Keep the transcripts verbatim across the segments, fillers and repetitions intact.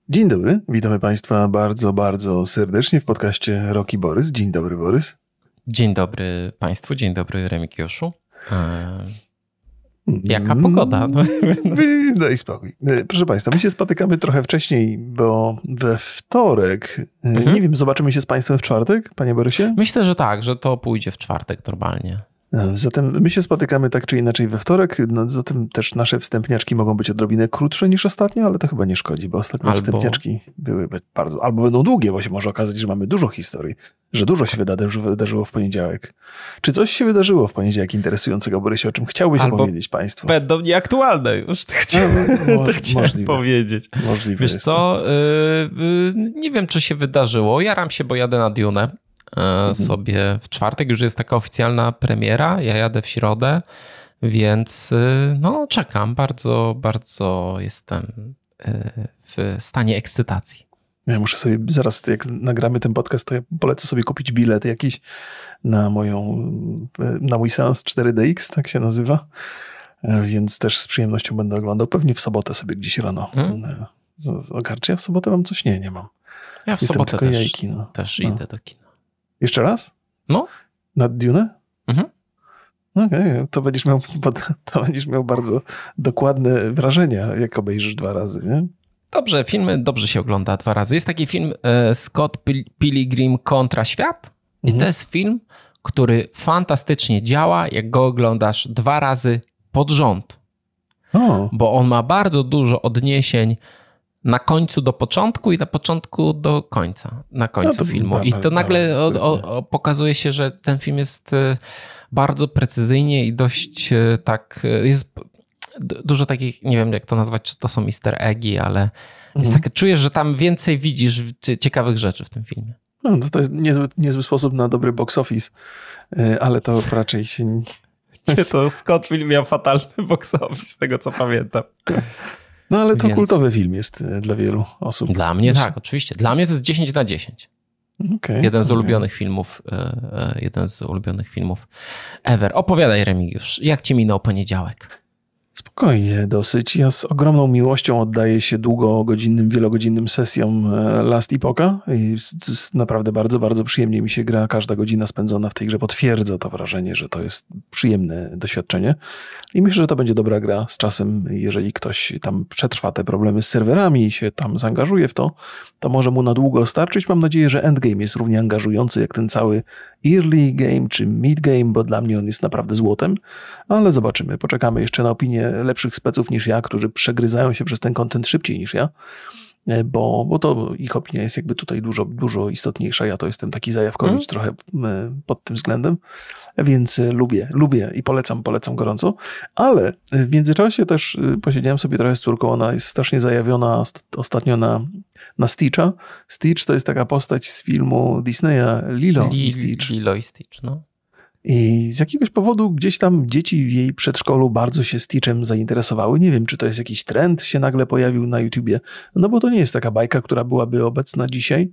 Dzień dobry, witamy Państwa bardzo, bardzo serdecznie w podcaście Roki Borys. Dzień dobry, Borys. Dzień dobry Państwu, dzień dobry Remigiuszu. Jaka pogoda? No. Daj spokój. Proszę Państwa, my się spotykamy trochę wcześniej, bo we wtorek, mhm. nie wiem, zobaczymy się z Państwem w czwartek, Panie Borysie? Myślę, że tak, że to pójdzie w czwartek normalnie. Zatem my się spotykamy tak czy inaczej we wtorek, no, zatem też nasze wstępniaczki mogą być odrobinę krótsze niż ostatnio, ale to chyba nie szkodzi, bo ostatnio albo... wstępniaczki były bardzo, albo będą długie, bo się może okazać, że mamy dużo historii, że dużo się wydarzyło w poniedziałek. Czy coś się wydarzyło w poniedziałek interesującego, Borysie, o czym chciałbyś albo opowiedzieć Państwu? Będą nieaktualne już, to chciałem, no, to chciałem możliwe. powiedzieć. Możliwe Wiesz co, yy, yy, nie wiem, czy się wydarzyło, jaram się, bo jadę na Dune. Mhm. Sobie w czwartek już jest taka oficjalna premiera, ja jadę w środę, więc no czekam, bardzo, bardzo jestem w stanie ekscytacji. Ja muszę sobie zaraz, jak nagramy ten podcast, to ja polecę sobie kupić bilet jakiś na moją, na mój seans cztery D X, tak się nazywa, więc też z przyjemnością będę oglądał, pewnie w sobotę sobie gdzieś rano. Hmm? Ogarczy, ja w sobotę mam coś? Nie, nie mam. Ja w Jestem sobotę też, jajki, no. też no. idę do kina. Jeszcze raz? No. Na Dune? Mhm. Okej, okay. to, będziesz miał, to będziesz miał bardzo dokładne wrażenia, jak obejrzysz dwa razy, nie? Dobrze, filmy dobrze się ogląda dwa razy. Jest taki film e, Scott Pilgrim kontra świat i mhm. to jest film, który fantastycznie działa, jak go oglądasz dwa razy pod rząd. O. Bo on ma bardzo dużo odniesień na końcu do początku i na początku do końca, na końcu no filmu. I to nagle o, o, o, pokazuje się, że ten film jest bardzo precyzyjnie i dość tak, jest dużo takich, nie wiem jak to nazwać, czy to są easter eggi, ale mhm. jest takie, czujesz, że tam więcej widzisz ciekawych rzeczy w tym filmie. No, to, to jest niezły, niezły sposób na dobry box office, ale to raczej się... Nie, to Scott film miał fatalny box office, z tego co pamiętam. No ale to Więc... kultowy film jest dla wielu osób. Dla mnie Wiesz? tak, oczywiście. Dla mnie to jest dziesięć na dziesięć. Okay, jeden z okay. ulubionych filmów, jeden z ulubionych filmów ever. Opowiadaj, Remigiusz, jak ci minął poniedziałek? Spokojnie, dosyć. Ja z ogromną miłością oddaję się długogodzinnym, wielogodzinnym sesjom Last Epocha i naprawdę bardzo, bardzo przyjemnie mi się gra. Każda godzina spędzona w tej grze potwierdza to wrażenie, że to jest przyjemne doświadczenie i myślę, że to będzie dobra gra z czasem. Jeżeli ktoś tam przetrwa te problemy z serwerami i się tam zaangażuje w to, to może mu na długo starczyć. Mam nadzieję, że endgame jest równie angażujący jak ten cały early game czy mid game, bo dla mnie on jest naprawdę złotem, ale zobaczymy. Poczekamy jeszcze na opinię lepszych speców niż ja, którzy przegryzają się przez ten content szybciej niż ja, bo, bo to ich opinia jest jakby tutaj dużo, dużo istotniejsza. Ja to jestem taki zajawkowicz hmm. trochę pod tym względem, więc lubię, lubię i polecam, polecam gorąco, ale w międzyczasie też posiedziałem sobie trochę z córką, ona jest strasznie zajawiona ostatnio na, na Stitcha. Stitch to jest taka postać z filmu Disneya Lilo Li, i Stitch. Lilo i Stitch, no. I z jakiegoś powodu gdzieś tam dzieci w jej przedszkolu bardzo się Stitchem zainteresowały. Nie wiem, czy to jest jakiś trend się nagle pojawił na YouTubie, no bo to nie jest taka bajka, która byłaby obecna dzisiaj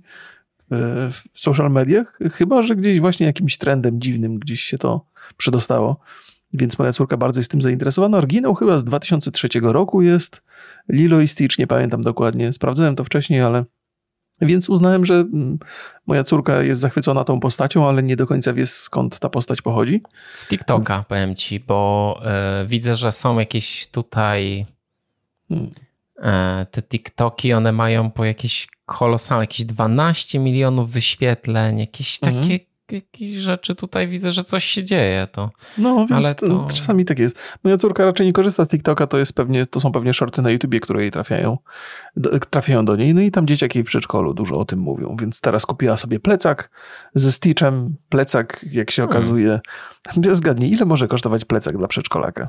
w social mediach, chyba że gdzieś właśnie jakimś trendem dziwnym gdzieś się to przedostało. Więc moja córka bardzo jest tym zainteresowana. Oryginał chyba z dwa tysiące trzeciego roku jest Lilo i Stitch, nie pamiętam dokładnie, sprawdzałem to wcześniej, ale więc uznałem, że moja córka jest zachwycona tą postacią, ale nie do końca wie, skąd ta postać pochodzi. Z TikToka, powiem ci, bo y, widzę, że są jakieś tutaj hmm. y, te TikToki, one mają po jakieś kolosalne, jakieś dwanaście milionów wyświetleń, jakieś takie mhm. jakieś rzeczy tutaj widzę, że coś się dzieje. To. No, więc ale to... czasami tak jest. Moja córka raczej nie korzysta z TikToka, to jest pewnie, to są pewnie shorty na YouTubie, które jej trafiają do, trafiają do niej. No i tam dzieciaki jej w przedszkolu dużo o tym mówią, więc teraz kupiła sobie plecak ze Stitchem. Plecak, jak się hmm. okazuje, zgadnij, ile może kosztować plecak dla przedszkolaka?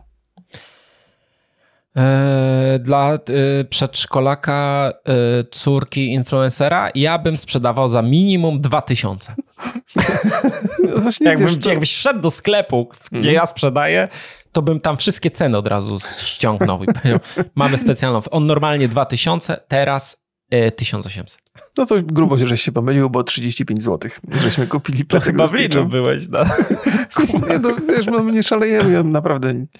Dla przedszkolaka córki influencera ja bym sprzedawał za minimum dwa tysiące. No właśnie, Jakbym, wiesz, to... Jakbyś wszedł do sklepu, gdzie mm. ja sprzedaję, to bym tam wszystkie ceny od razu ściągnął i powiedział, mamy specjalną. On normalnie dwa tysiące, teraz tysiąc osiemset. No to grubo się, żeś się pomylił, bo trzydzieści pięć złotych. Żeśmy kupili plecak do Stitcha. Byłeś, no. Nie, no wiesz, no nie szalejemy, ja naprawdę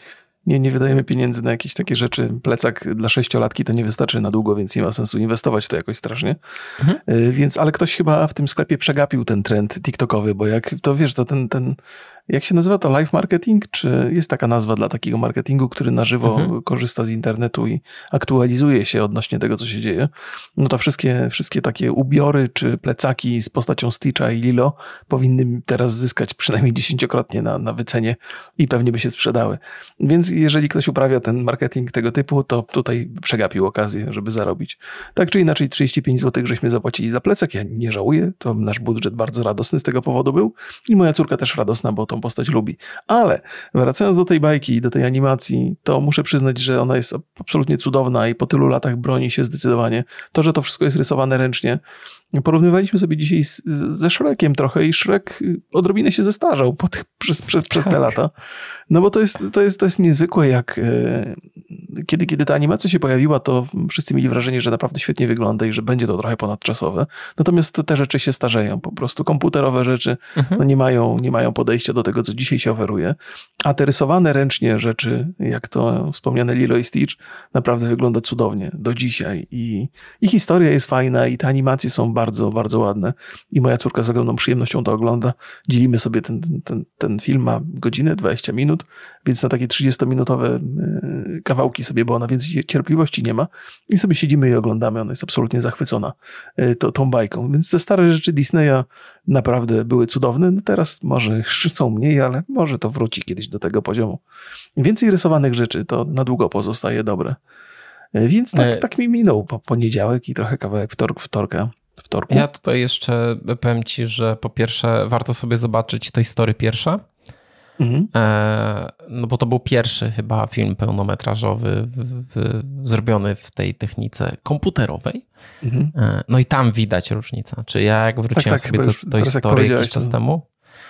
Nie, nie wydajemy pieniędzy na jakieś takie rzeczy. Plecak dla sześciolatki to nie wystarczy na długo, więc nie ma sensu inwestować w to jakoś strasznie. Mhm. Więc, ale ktoś chyba w tym sklepie przegapił ten trend TikTokowy, bo jak to wiesz, to ten, ten jak się nazywa to live marketing? Czy jest taka nazwa dla takiego marketingu, który na żywo mhm. korzysta z internetu i aktualizuje się odnośnie tego, co się dzieje? No to wszystkie, wszystkie takie ubiory czy plecaki z postacią Stitcha i Lilo powinny teraz zyskać przynajmniej dziesięciokrotnie na, na wycenie i pewnie by się sprzedały. Więc jeżeli ktoś uprawia ten marketing tego typu, to tutaj przegapił okazję, żeby zarobić. Tak czy inaczej trzydzieści pięć złotych żeśmy zapłacili za plecak. Ja nie żałuję, to nasz budżet bardzo radosny z tego powodu był i moja córka też radosna, bo tą postać lubi. Ale wracając do tej bajki i do tej animacji, to muszę przyznać, że ona jest absolutnie cudowna i po tylu latach broni się zdecydowanie. To, że to wszystko jest rysowane ręcznie. Porównywaliśmy sobie dzisiaj z, z, ze Shrekiem trochę i Shrek odrobinę się zestarzał po tych, przez, przez, przez te lata. No bo to jest, to jest, to jest niezwykłe, jak e, kiedy, kiedy ta animacja się pojawiła, to wszyscy mieli wrażenie, że naprawdę świetnie wygląda i że będzie to trochę ponadczasowe. Natomiast te rzeczy się starzeją. Po prostu komputerowe rzeczy mhm. no nie mają, nie mają podejścia do tego, co dzisiaj się oferuje. A te rysowane ręcznie rzeczy, jak to wspomniane Lilo i Stitch, naprawdę wygląda cudownie do dzisiaj. I, i historia jest fajna i te animacje są bardzo, bardzo ładne. I moja córka z ogromną przyjemnością to ogląda. Dzielimy sobie ten, ten, ten film, ma godzinę, dwadzieścia minut, więc na takie trzydziestominutowe kawałki sobie, bo ona więcej cierpliwości nie ma i sobie siedzimy i oglądamy. Ona jest absolutnie zachwycona to, tą bajką. Więc te stare rzeczy Disneya naprawdę były cudowne. No teraz może są mniej, ale może to wróci kiedyś do tego poziomu. Więcej rysowanych rzeczy, to na długo pozostaje dobre. Więc tak, tak mi minął po poniedziałek i trochę kawałek wtork, wtorka. Wtorku. Ja tutaj jeszcze powiem ci, że po pierwsze warto sobie zobaczyć Toy Story pierwsze. Mhm. E, no bo to był pierwszy chyba film pełnometrażowy w, w, zrobiony w tej technice komputerowej. Mhm. E, no i tam widać różnicę. Czy ja jak wróciłem tak, tak, sobie do Toy Story jakiś czas to... temu,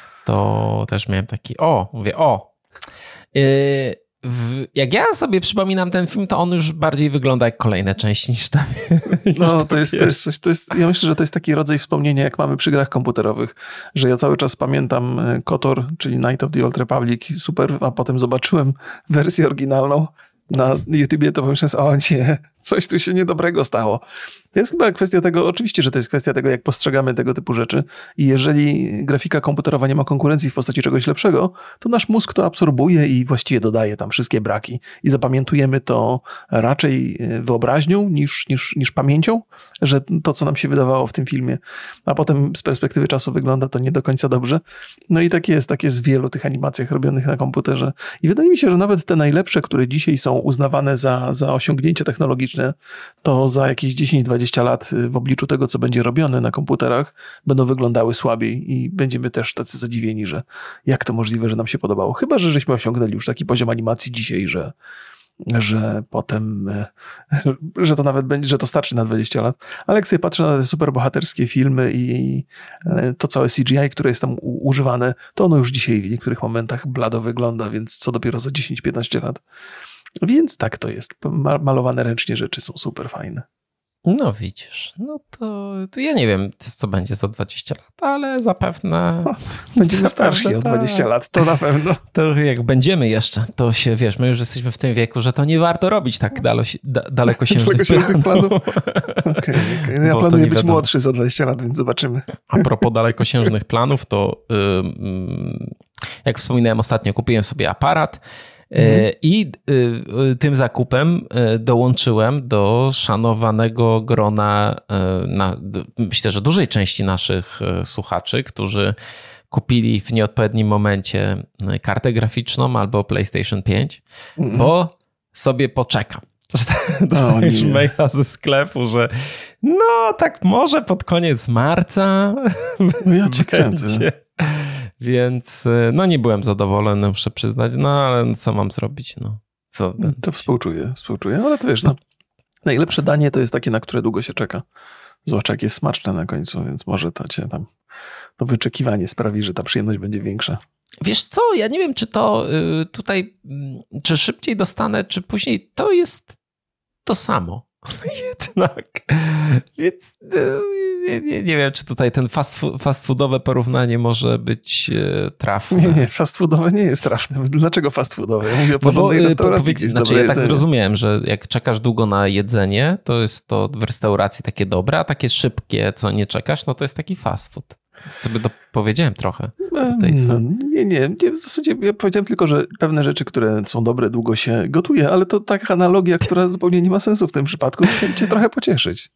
to też miałem taki o, mówię o. Yy, W, jak ja sobie przypominam ten film, to on już bardziej wygląda jak kolejne części niż tam. No, to, to, jest, to, jest coś, to jest, ja myślę, że to jest taki rodzaj wspomnienia, jak mamy przy grach komputerowych, że ja cały czas pamiętam KOTOR, czyli Knight of the Old Republic, super, a potem zobaczyłem wersję oryginalną na YouTubie, to pomyślałem, o nie, coś tu się niedobrego stało. To jest chyba kwestia tego, oczywiście, że to jest kwestia tego, jak postrzegamy tego typu rzeczy i jeżeli grafika komputerowa nie ma konkurencji w postaci czegoś lepszego, to nasz mózg to absorbuje i właściwie dodaje tam wszystkie braki i zapamiętujemy to raczej wyobraźnią niż, niż, niż pamięcią, że to, co nam się wydawało w tym filmie, a potem z perspektywy czasu wygląda to nie do końca dobrze. No i tak jest, tak jest w wielu tych animacjach robionych na komputerze i wydaje mi się, że nawet te najlepsze, które dzisiaj są uznawane za, za osiągnięcia technologiczne, to za jakieś dziesięć dwadzieścia lat w obliczu tego, co będzie robione na komputerach, będą wyglądały słabiej i będziemy też tacy zadziwieni, że jak to możliwe, że nam się podobało. Chyba że żeśmy osiągnęli już taki poziom animacji dzisiaj, że, że potem, że to nawet będzie, że to starczy na dwadzieścia lat. Ale jak sobie patrzę na te superbohaterskie filmy i to całe C G I, które jest tam używane, to ono już dzisiaj w niektórych momentach blado wygląda, więc co dopiero za dziesięć piętnaście lat. Więc tak to jest. Malowane ręcznie rzeczy są super fajne. No widzisz, no to, to ja nie wiem, co będzie za dwadzieścia lat, ale zapewne... O, będziemy starsi o dwadzieścia lat, to na pewno. To jak będziemy jeszcze, to się, wiesz, my już jesteśmy w tym wieku, że to nie warto robić tak dalo, da, dalekosiężnych planów. Okay, okay. No ja Bo planuję być młodszy za dwadzieścia lat, więc zobaczymy. A propos dalekosiężnych planów, to yy, jak wspominałem ostatnio, kupiłem sobie aparat, i tym zakupem dołączyłem do szanowanego grona, na, myślę, że dużej części naszych słuchaczy, którzy kupili w nieodpowiednim momencie kartę graficzną albo PlayStation pięć, mm. bo sobie poczekam. Dostajesz oh, maila ze sklepu, że no tak może pod koniec marca no ja cię kręcę. Więc no nie byłem zadowolony, muszę przyznać, no ale co mam zrobić? No, co to współczuję, współczuję, ale to wiesz, no, najlepsze danie to jest takie, na które długo się czeka. Zwłaszcza jak jest smaczne na końcu, więc może to cię tam, to wyczekiwanie sprawi, że ta przyjemność będzie większa. Wiesz co, ja nie wiem, czy to tutaj, czy szybciej dostanę, czy później, to jest to samo. Jednak. Więc nie, nie, nie wiem, czy tutaj ten fast, fast foodowe porównanie może być trafne. Nie, nie, fast foodowe nie jest trafne. Dlaczego fast foodowe? Ja mówię o porządnej no restauracji. Powiedz, znaczy, ja tak zrozumiałem, że jak czekasz długo na jedzenie, to jest to w restauracji takie dobre, a takie szybkie, co nie czekasz, no to jest taki fast food. Sobie to powiedziałem trochę. No, nie, nie, nie. W zasadzie ja powiedziałem tylko, że pewne rzeczy, które są dobre, długo się gotuje, ale to taka analogia, która zupełnie nie ma sensu w tym przypadku. Chciałem cię trochę pocieszyć.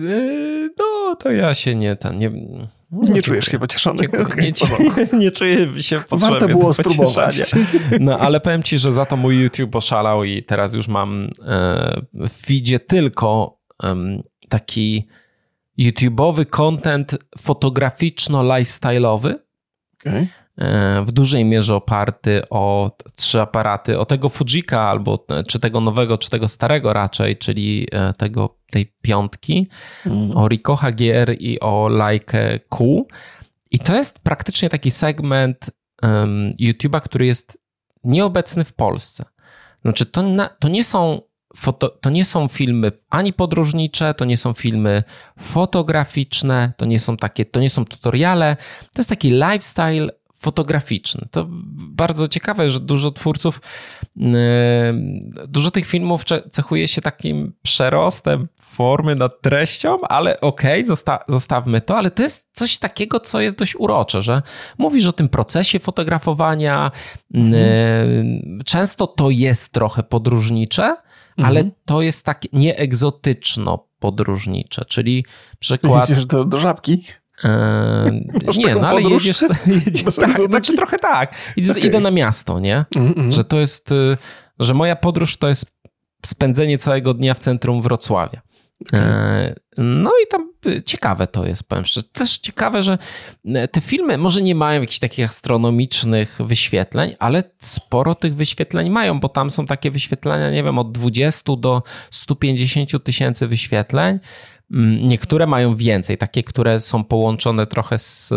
No, to ja się nie... Tam, nie nie, nie czujesz się pocieszony? Okay, nie, nie, nie czuję się potrzeby. Warto było spróbować. No, ale powiem ci, że za to mój YouTube oszalał i teraz już mam e, w feedzie tylko e, taki YouTube'owy content fotograficzno-lifestyle'owy. Okay. W dużej mierze oparty o trzy aparaty, o tego Fujika albo czy tego nowego, czy tego starego raczej, czyli tego, tej piątki, mm. o Ricoh H G R i o Leica Q. I to jest praktycznie taki segment um, YouTube'a, który jest nieobecny w Polsce. Znaczy to, na, to nie są Foto, to nie są filmy ani podróżnicze, to nie są filmy fotograficzne, to nie są takie, to nie są tutoriale, to jest taki lifestyle fotograficzny. To bardzo ciekawe, że dużo twórców, yy, dużo tych filmów cechuje się takim przerostem formy nad treścią, ale okej, okay, zosta- zostawmy to, ale to jest coś takiego, co jest dość urocze, że mówisz o tym procesie fotografowania, yy, często to jest trochę podróżnicze, ale mhm. to jest tak nieegzotyczno-podróżnicze, czyli przykład... Jedziesz do, do Żabki? Eee, nie, no ale podróż? jedziesz... jedziesz tak, znaczy trochę tak. Idę, okay. idę na miasto, nie? Mm-hmm. Że to jest... Że moja podróż to jest spędzenie całego dnia w centrum Wrocławia. Okay. Eee, no i tam ciekawe to jest, powiem szczerze. Też ciekawe, że te filmy może nie mają jakichś takich astronomicznych wyświetleń, ale sporo tych wyświetleń mają, bo tam są takie wyświetlenia, nie wiem, od dwudziestu do stu pięćdziesięciu tysięcy wyświetleń. Niektóre mają więcej, takie, które są połączone trochę z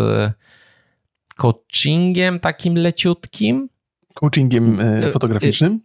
coachingiem takim leciutkim. Coachingiem fotograficznym?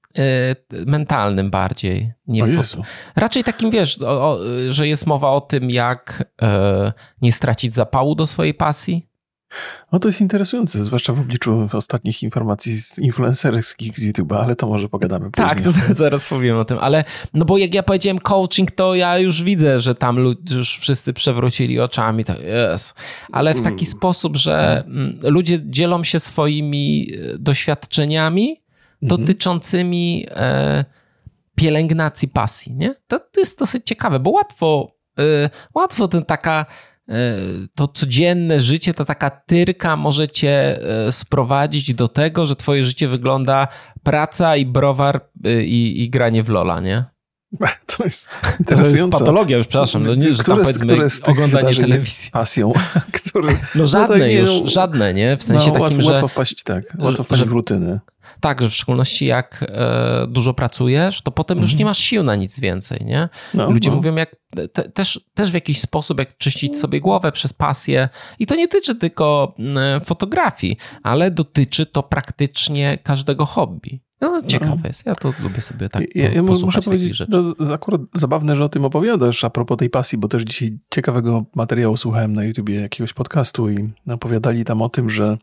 Mentalnym bardziej. Nie foto... Raczej takim, wiesz, o, o, że jest mowa o tym, jak e, nie stracić zapału do swojej pasji. No to jest interesujące, zwłaszcza w obliczu ostatnich informacji z influencerskich z YouTube'a, ale to może pogadamy później. Tak, to zaraz powiem o tym, ale no bo jak ja powiedziałem coaching, to ja już widzę, że tam ludzie już wszyscy przewrócili oczami, to jest. Ale w taki mm. sposób, że mm. ludzie dzielą się swoimi doświadczeniami dotyczącymi e, pielęgnacji pasji, nie? To, to jest dosyć ciekawe, bo łatwo, e, łatwo ten taka, e, to codzienne życie, ta taka tyrka może cię e, sprowadzić do tego, że twoje życie wygląda praca i browar e, i, i granie w lola, nie? To jest to jest patologia, już przepraszam. No nie, że tam powiedzmy oglądanie telewizji. Pasją. Który, no żadne no tak, już, no, żadne, nie? W sensie no, takim, łatwo, że... Łatwo wpaść, tak. Łatwo wpaść że, w rutynę. Tak, że w szczególności jak e, dużo pracujesz, to potem już nie masz sił na nic więcej, nie? No, Ludzie no. mówią, jak te, też, też w jakiś sposób, jak czyścić sobie głowę przez pasję. I to nie dotyczy tylko e, fotografii, ale dotyczy to praktycznie każdego hobby. No ciekawe no. jest, ja to lubię sobie tak ja, ja muszę powiedzieć, rzeczy. To akurat zabawne, że o tym opowiadasz a propos tej pasji, bo też dzisiaj ciekawego materiału słuchałem na YouTubie jakiegoś podcastu i opowiadali tam o tym, że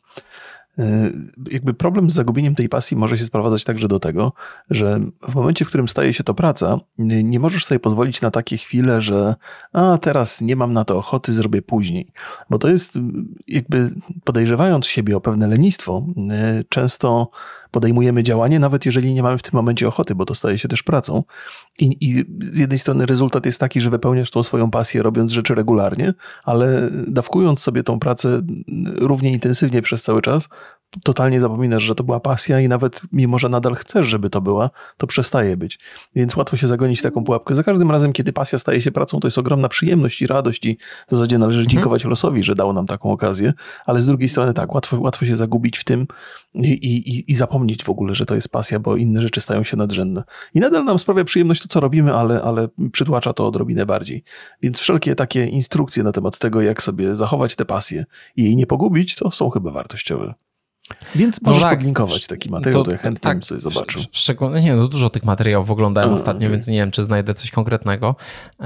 jakby problem z zagubieniem tej pasji może się sprowadzać także do tego, że w momencie, w którym staje się to praca, nie możesz sobie pozwolić na takie chwile, że a teraz nie mam na to ochoty, zrobię później. Bo to jest jakby podejrzewając siebie o pewne lenistwo, często podejmujemy działanie, nawet jeżeli nie mamy w tym momencie ochoty, bo to staje się też pracą. I, I z jednej strony rezultat jest taki, że wypełniasz tą swoją pasję, robiąc rzeczy regularnie, ale dawkując sobie tą pracę równie intensywnie przez cały czas, totalnie zapominasz, że to była pasja i nawet mimo, że nadal chcesz, żeby to była, to przestaje być. Więc łatwo się zagonić w taką pułapkę. Za każdym razem, kiedy pasja staje się pracą, to jest ogromna przyjemność i radość i w zasadzie należy mhm. dziękować losowi, że dał nam taką okazję, ale z drugiej strony tak, łatwo, łatwo się zagubić w tym i, i, i zapomnieć w ogóle, że to jest pasja, bo inne rzeczy stają się nadrzędne. I nadal nam sprawia przyjemność to, co robimy, ale, ale przytłacza to odrobinę bardziej. Więc wszelkie takie instrukcje na temat tego, jak sobie zachować tę pasję i jej nie pogubić, to są chyba wartościowe. Więc możesz no tak, podlinkować taki materiał, to, to ja chętnie tak, sobie zobaczył. Szczególnie, nie, no dużo tych materiałów oglądałem A, ostatnio, okay. więc nie wiem, czy znajdę coś konkretnego,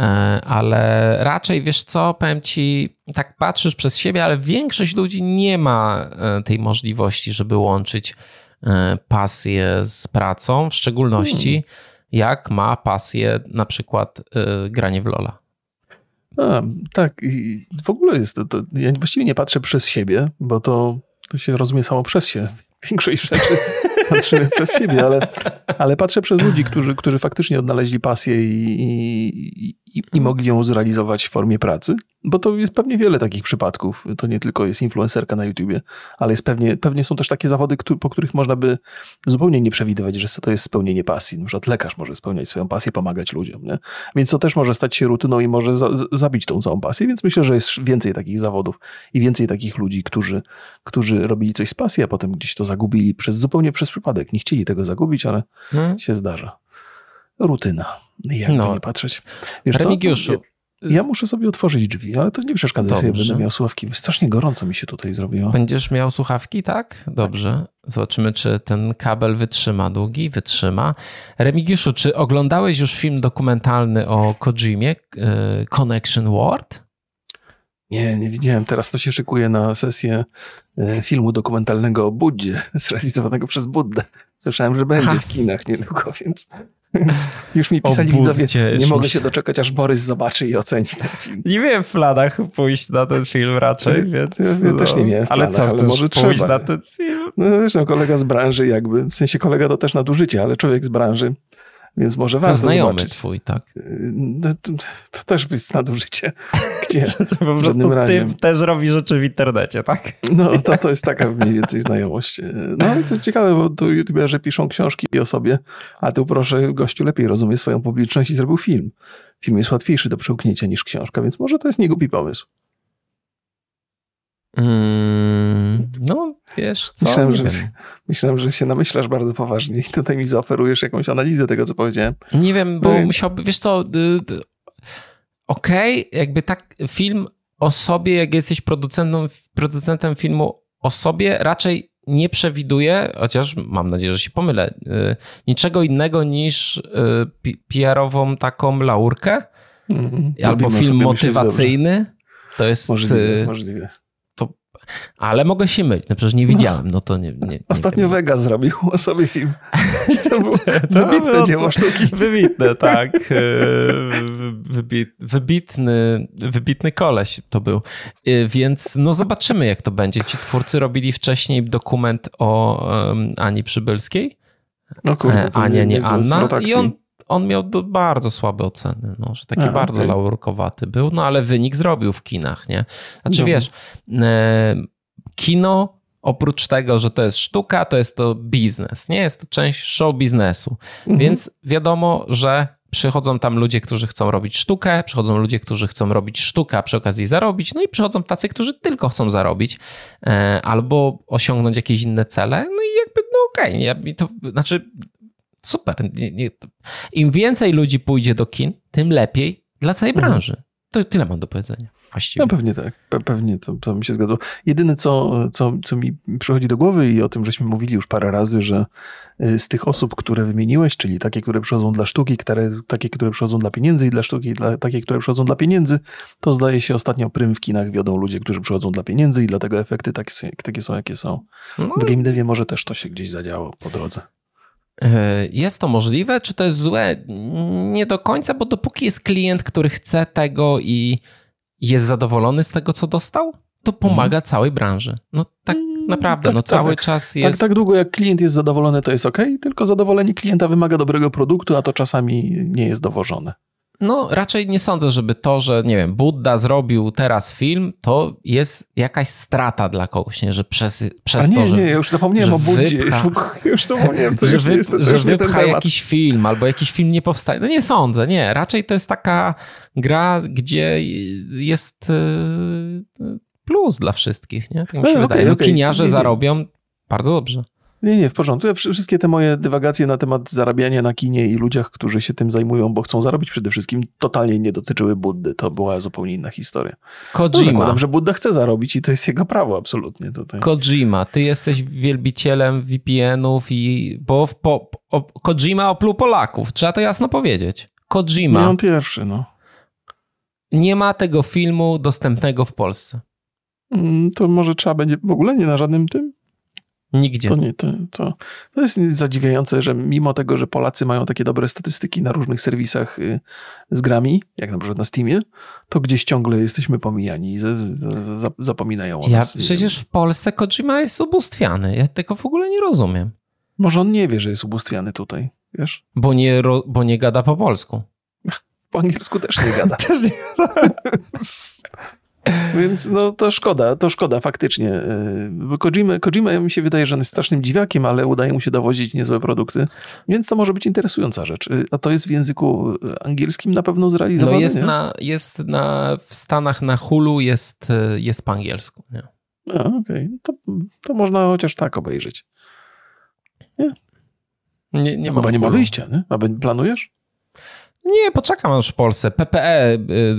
ale raczej, wiesz co, powiem ci, tak patrzysz przez siebie, ale większość ludzi nie ma tej możliwości, żeby łączyć pasję z pracą, w szczególności hmm. jak ma pasję na przykład granie w LoL'a. A, tak, i w ogóle jest to, to, ja właściwie nie patrzę przez siebie, bo to To się rozumie samo przez się. Większość rzeczy patrzymy przez siebie, ale, ale patrzę przez ludzi, którzy, którzy faktycznie odnaleźli pasję i, i, i, i mogli ją zrealizować w formie pracy. Bo to jest pewnie wiele takich przypadków. To nie tylko jest influencerka na YouTubie, ale jest pewnie, pewnie są też takie zawody, po których można by zupełnie nie przewidywać, że to jest spełnienie pasji. Na przykład lekarz może spełniać swoją pasję, pomagać ludziom. Nie? Więc to też może stać się rutyną i może za, zabić tą całą pasję. Więc myślę, że jest więcej takich zawodów i więcej takich ludzi, którzy, którzy robili coś z pasji, a potem gdzieś to zagubili przez, zupełnie przez przypadek. Nie chcieli tego zagubić, ale hmm. się zdarza. Rutyna. Jakby no. nie patrzeć. Wiesz Remigiuszu, co? Ja muszę sobie otworzyć drzwi, ale to nie przeszkadza, sobie będę miał słuchawki. Strasznie gorąco mi się tutaj zrobiło. Będziesz miał słuchawki, tak? Dobrze. Zobaczymy, czy ten kabel wytrzyma długi. Wytrzyma. Remigiuszu, czy oglądałeś już film dokumentalny o Kojimie, Connection Ward? Nie, nie widziałem. Teraz to się szykuje na sesję filmu dokumentalnego o Buddzie, zrealizowanego przez Buddę. Słyszałem, że będzie w kinach niedługo, więc... Więc już mi pisali widzowie, nie mogę się doczekać, aż Borys zobaczy i oceni ten film. Nie miałem w planach pójść na ten film raczej, więc... Ja, ja no. też nie miałem w ale planach, co, ale może pójść trzeba. na ten film? No zresztą kolega z branży jakby, w sensie kolega to też nadużycie, ale człowiek z branży, więc może warto znajomy zobaczyć. twój, tak? No, to, to też jest nadużycie. Gdzie? Po w prostu razie. ty też robi rzeczy w internecie, tak? No to, to jest taka mniej więcej znajomość. No ale to ciekawe, bo tu youtuberzy piszą książki o sobie, a tu proszę, gościu lepiej rozumie swoją publiczność i zrobił film. Film jest łatwiejszy do przełknięcia niż książka, więc może to jest niegłupi pomysł. Mm, no, wiesz co? Myślałem że, myślałem, że się namyślasz bardzo poważnie i tutaj mi zaoferujesz jakąś analizę tego, co powiedziałem. Nie wiem, bo no. musiałby, wiesz co, okej, okay, jakby tak film o sobie, jak jesteś producentem, producentem filmu o sobie, raczej nie przewiduje, chociaż mam nadzieję, że się pomylę, niczego innego niż P R-ową taką laurkę, mm, albo film motywacyjny. To jest... Możliwe, możliwe. Ale mogę się mylić, no przecież nie widziałem, no to nie... nie, nie Ostatnio nie Vegas zrobił o sobie film. I to było wybitne no, dzieło sztuki. Wybitne, tak. Wybit, wybitny, wybitny koleś to był. Więc no zobaczymy, jak to będzie. Ci twórcy robili wcześniej dokument o um, Ani Przybylskiej. No kurde, Ania, nie Anna. I on On miał bardzo słabe oceny, no, że taki A, bardzo okay. laurkowaty był, no ale wynik zrobił w kinach, nie? Znaczy no. wiesz, e, kino oprócz tego, że to jest sztuka, to jest to biznes, nie? Jest to część show biznesu, mhm. więc wiadomo, że przychodzą tam ludzie, którzy chcą robić sztukę, przychodzą ludzie, którzy chcą robić sztukę, a przy okazji zarobić, no i przychodzą tacy, którzy tylko chcą zarobić e, albo osiągnąć jakieś inne cele, no i jakby, no okej, okay, to znaczy... Super. Im więcej ludzi pójdzie do kin, tym lepiej dla całej branży. Mhm. To tyle mam do powiedzenia właściwie. No pewnie tak. Pe- pewnie to, to mi się zgadza. Jedyne, co, co, co mi przychodzi do głowy i o tym żeśmy mówili już parę razy, że z tych osób, które wymieniłeś, czyli takie, które przychodzą dla sztuki, które, takie, które przychodzą dla pieniędzy i dla sztuki, dla, takie, które przychodzą dla pieniędzy, to zdaje się ostatnio prym w kinach wiodą ludzie, którzy przychodzą dla pieniędzy i dlatego efekty takie, takie są, jakie są. No. W game devie może też to się gdzieś zadziało po drodze. Jest to możliwe, czy to jest złe? Nie do końca, bo dopóki jest klient, który chce tego i jest zadowolony z tego, co dostał, to pomaga mm. całej branży. No tak naprawdę, tak, no tak, cały tak, czas jest... Tak, tak długo jak klient jest zadowolony, to jest okej, okay, tylko zadowolenie klienta wymaga dobrego produktu, a to czasami nie jest dowożone. No raczej nie sądzę, żeby to, że nie wiem, Budda zrobił teraz film, to jest jakaś strata dla kogoś, nie? Że przez, przez a nie, to, że... nie, ja już zapomniałem o Buddzie. Wypcha, już zapomniałem, to że już wy, jest, to że już wypcha jakiś film, albo jakiś film nie powstaje. No nie sądzę, nie. Raczej to jest taka gra, gdzie jest plus dla wszystkich, nie? Tak mi się no, wydaje. Okay, no, kiniarze okay. zarobią bardzo dobrze. Nie, nie, w porządku. Ja wszystkie te moje dywagacje na temat zarabiania na kinie i ludziach, którzy się tym zajmują, bo chcą zarobić przede wszystkim, totalnie nie dotyczyły Buddy. To była zupełnie inna historia. Kojima. No, zakładam, że Budda chce zarobić i to jest jego prawo absolutnie tutaj. Kojima, ty jesteś wielbicielem V P N-ów i... Bo w po, o, Kojima opluł Polaków. Trzeba to jasno powiedzieć. Kojima. Nie on pierwszy, no. Nie ma tego filmu dostępnego w Polsce. To może trzeba będzie w ogóle nie na żadnym tym? Nigdzie. To, nie, to, to, to jest zadziwiające, że mimo tego, że Polacy mają takie dobre statystyki na różnych serwisach z grami, jak na przykład na Steamie, to gdzieś ciągle jesteśmy pomijani i z, z, z, zapominają o ja, nas. Przecież w Polsce Kojima jest ubóstwiany. Ja tego w ogóle nie rozumiem. Może on nie wie, że jest ubóstwiany tutaj, wiesz? Bo nie, bo nie gada po polsku. Po angielsku też nie gada. też nie Więc no to szkoda, to szkoda faktycznie. Kojima, Kojima mi się wydaje, że on jest strasznym dziwakiem, ale udaje mu się dowozić niezłe produkty, więc to może być interesująca rzecz. A to jest w języku angielskim na pewno zrealizowane? No jest, nie? na, jest na, w Stanach na Hulu jest, jest po angielsku. Nie? A, okej. Okay. To, to można chociaż tak obejrzeć. Nie? Nie, nie Chyba nie ma wyjścia, nie? A planujesz? Nie, poczekam aż w Polsce. P P E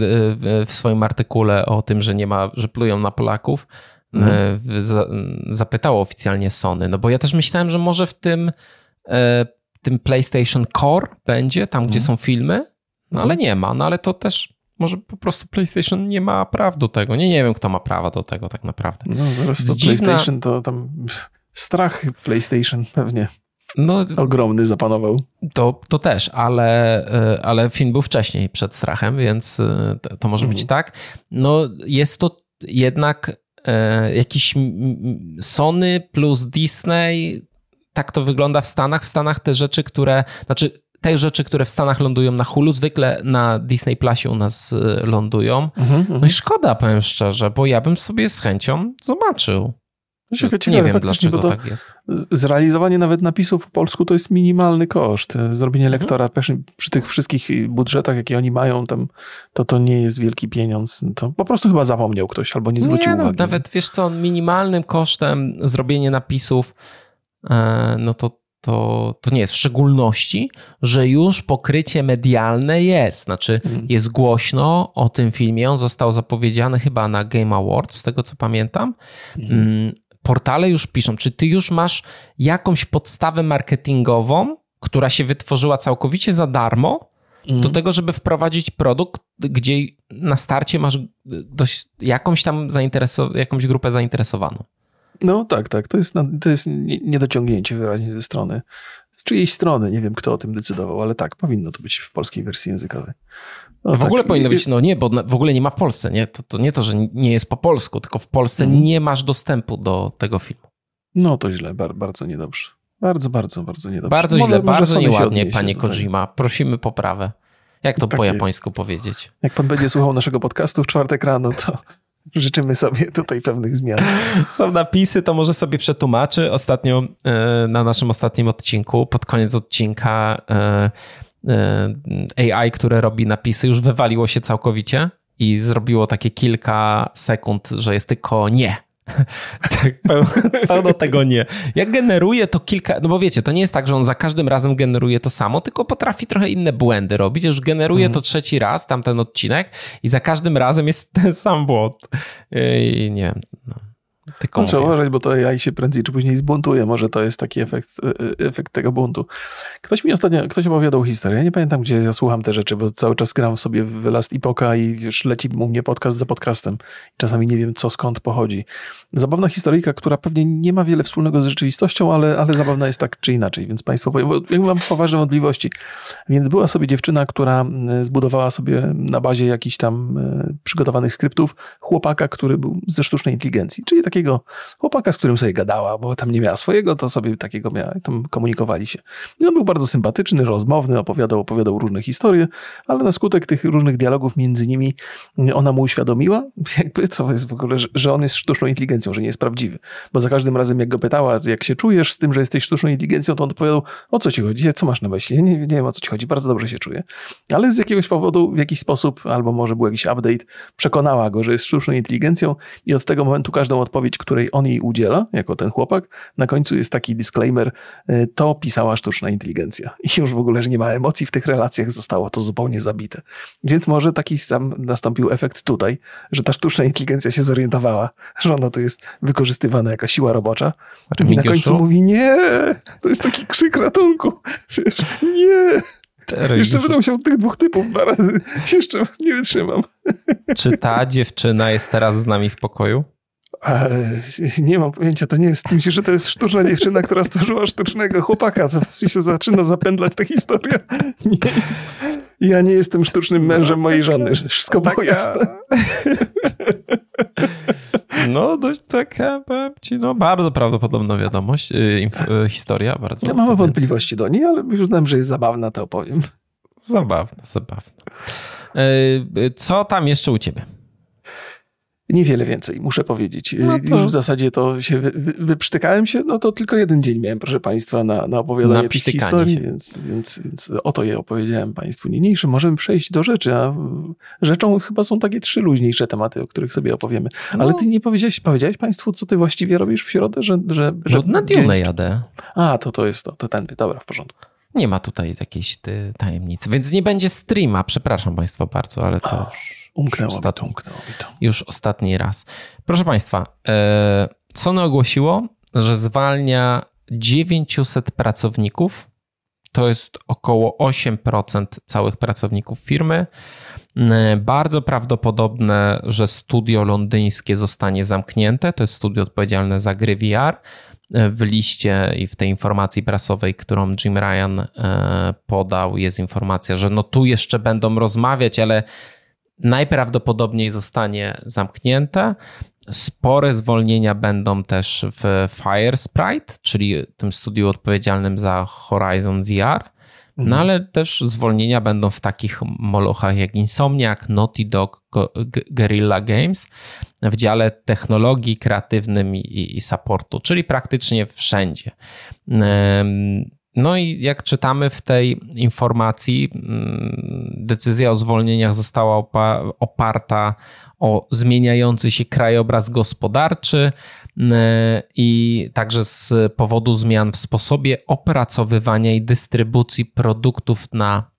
w swoim artykule o tym, że nie ma, że plują na Polaków, mhm. zapytało oficjalnie Sony. No bo ja też myślałem, że może w tym, tym PlayStation Core będzie, tam gdzie mhm. są filmy, no ale nie ma. No ale to też może po prostu PlayStation nie ma praw do tego. Nie, nie wiem, kto ma prawa do tego tak naprawdę. No zaraz to dziwna... PlayStation to tam strach PlayStation pewnie. No, ogromny zapanował. To, to też, ale, ale film był wcześniej przed strachem, więc to może mhm. być tak. No jest to jednak e, jakiś Sony plus Disney, tak to wygląda w Stanach. W Stanach te rzeczy, które, znaczy te rzeczy, które w Stanach lądują na Hulu, zwykle na Disney Plusie u nas lądują. Mhm, no i szkoda, powiem szczerze, bo ja bym sobie z chęcią zobaczył. Ciekawe, nie wiem, dlaczego to tak jest. Zrealizowanie nawet napisów po polsku to jest minimalny koszt. Zrobienie mhm. lektora przy tych wszystkich budżetach, jakie oni mają, tam, to to nie jest wielki pieniądz. To po prostu chyba zapomniał ktoś albo nie zwrócił nie, uwagi. No, nawet wiesz co, minimalnym kosztem zrobienie napisów, no to, to, to nie jest. W szczególności, że już pokrycie medialne jest. Znaczy mhm. jest głośno o tym filmie. On został zapowiedziany chyba na Game Awards, z tego co pamiętam. Mhm. Portale już piszą, czy ty już masz jakąś podstawę marketingową, która się wytworzyła całkowicie za darmo, mm. do tego, żeby wprowadzić produkt, gdzie na starcie masz dość, jakąś tam zainteresow- jakąś grupę zainteresowaną. No tak, tak. To jest, to jest niedociągnięcie wyraźnie ze strony, z czyjejś strony. Nie wiem, kto o tym decydował, ale tak, powinno to być w polskiej wersji językowej. No w tak. ogóle powinno być, no nie, bo w ogóle nie ma w Polsce, nie? To, to nie to, że nie jest po polsku, tylko w Polsce mhm. nie masz dostępu do tego filmu. No to źle, bar, bardzo niedobrze. Bardzo, bardzo, bardzo niedobrze. Bardzo może, źle, może bardzo nieładnie, panie Kojima. Prosimy poprawę. Jak to tak po jest. japońsku powiedzieć? Jak pan będzie słuchał naszego podcastu w czwartek rano, to życzymy sobie tutaj pewnych zmian. Są napisy, to może sobie przetłumaczy. Ostatnio na naszym ostatnim odcinku, pod koniec odcinka A I, które robi napisy, już wywaliło się całkowicie i zrobiło takie kilka sekund, że jest tylko nie. Tak, pełno, pełno tego nie. Jak generuje to kilka, no bo wiecie, to nie jest tak, że on za każdym razem generuje to samo, tylko potrafi trochę inne błędy robić. Już generuje mm. to trzeci raz, tamten odcinek i za każdym razem jest ten sam błąd. I nie wiem, no. Tylko trzeba uważać, bo to A I się prędzej czy później zbuntuje. Może to jest taki efekt, efekt tego buntu. Ktoś mi ostatnio, ktoś opowiadał historię. Ja nie pamiętam, gdzie ja słucham te rzeczy, bo cały czas gram sobie w Last Epocha i już leci u mnie podcast za podcastem. Czasami nie wiem, co skąd pochodzi. Zabawna historyjka, która pewnie nie ma wiele wspólnego z rzeczywistością, ale, ale zabawna jest tak czy inaczej, więc państwo powiem, bo ja mam poważne wątpliwości. Więc była sobie dziewczyna, która zbudowała sobie na bazie jakichś tam przygotowanych skryptów chłopaka, który był ze sztucznej inteligencji, czyli takiego chłopaka, z którym sobie gadała, bo tam nie miała swojego, to sobie takiego miała i tam komunikowali się. I on był bardzo sympatyczny, rozmowny, opowiadał, opowiadał różne historie, ale na skutek tych różnych dialogów między nimi ona mu uświadomiła, jakby co jest w ogóle, że, że on jest sztuczną inteligencją, że nie jest prawdziwy. Bo za każdym razem jak go pytała, jak się czujesz z tym, że jesteś sztuczną inteligencją, to on odpowiadał, o co ci chodzi, co masz na myśli? Nie, nie wiem, o co ci chodzi, bardzo dobrze się czuję. Ale z jakiegoś powodu, w jakiś sposób, albo może był jakiś update, przekonała go, że jest sztuczną inteligencją i od tego momentu każdą odpowiedź, której on jej udziela, jako ten chłopak, na końcu jest taki disclaimer, to pisała sztuczna inteligencja. I już w ogóle, że nie ma emocji w tych relacjach, zostało to zupełnie zabite. Więc może taki sam nastąpił efekt tutaj, że ta sztuczna inteligencja się zorientowała, że ona tu jest wykorzystywana jako siła robocza. I na końcu mówi, nie, to jest taki krzyk ratunku. Wiesz, nie. Jeszcze będę musiał tych dwóch typów dwa razy. Jeszcze nie wytrzymam. Czy ta dziewczyna jest teraz z nami w pokoju? Nie mam pojęcia, to nie jest. Myślę, że to jest sztuczna dziewczyna, która stworzyła sztucznego chłopaka. To się zaczyna zapędlać ta historia. Nie jest. Ja nie jestem sztucznym mężem no, mojej żony. Wszystko było jasne. No, dość taka, ci, no, bardzo prawdopodobna wiadomość, inf- historia. Bardzo. Ja mam więc... wątpliwości do niej, ale już uznałem, że jest zabawna, to opowiem. Zabawna, zabawna. Co tam jeszcze u ciebie? Niewiele więcej, muszę powiedzieć. No to... Już w zasadzie to się wy, wy, wyprztykałem się, no to tylko jeden dzień miałem, proszę państwa, na, na opowiadanie tych historii, więc, więc, więc oto je opowiedziałem państwu niniejszym. Możemy przejść do rzeczy, a rzeczą chyba są takie trzy luźniejsze tematy, o których sobie opowiemy. Ale no. ty nie powiedziałeś, powiedziałeś państwu, co ty właściwie robisz w środę? Że, że, że no, na Dune jadę. A, to to jest to, to ten, dobra, w porządku. Nie ma tutaj jakiejś ty, tajemnicy, więc nie będzie streama, przepraszam państwa bardzo, ale to... Już... Umknęło, Już, ostat... mi to, umknęło mi to. Już ostatni raz. Proszę państwa, Sony ogłosiło, że zwalnia dziewięćset pracowników. To jest około osiem procent całych pracowników firmy. Bardzo prawdopodobne, że studio londyńskie zostanie zamknięte. To jest studio odpowiedzialne za gry V R. W liście i w tej informacji prasowej, którą Jim Ryan podał, jest informacja, że no tu jeszcze będą rozmawiać, ale najprawdopodobniej zostanie zamknięte. Spore zwolnienia będą też w Firesprite, czyli tym studiu odpowiedzialnym za Horizon V R, no mhm. ale też zwolnienia będą w takich molochach jak Insomniac, Naughty Dog, Guerrilla Games w dziale technologii kreatywnym i, i supportu, czyli praktycznie wszędzie. No i jak czytamy w tej informacji, decyzja o zwolnieniach została oparta o zmieniający się krajobraz gospodarczy i także z powodu zmian w sposobie opracowywania i dystrybucji produktów na,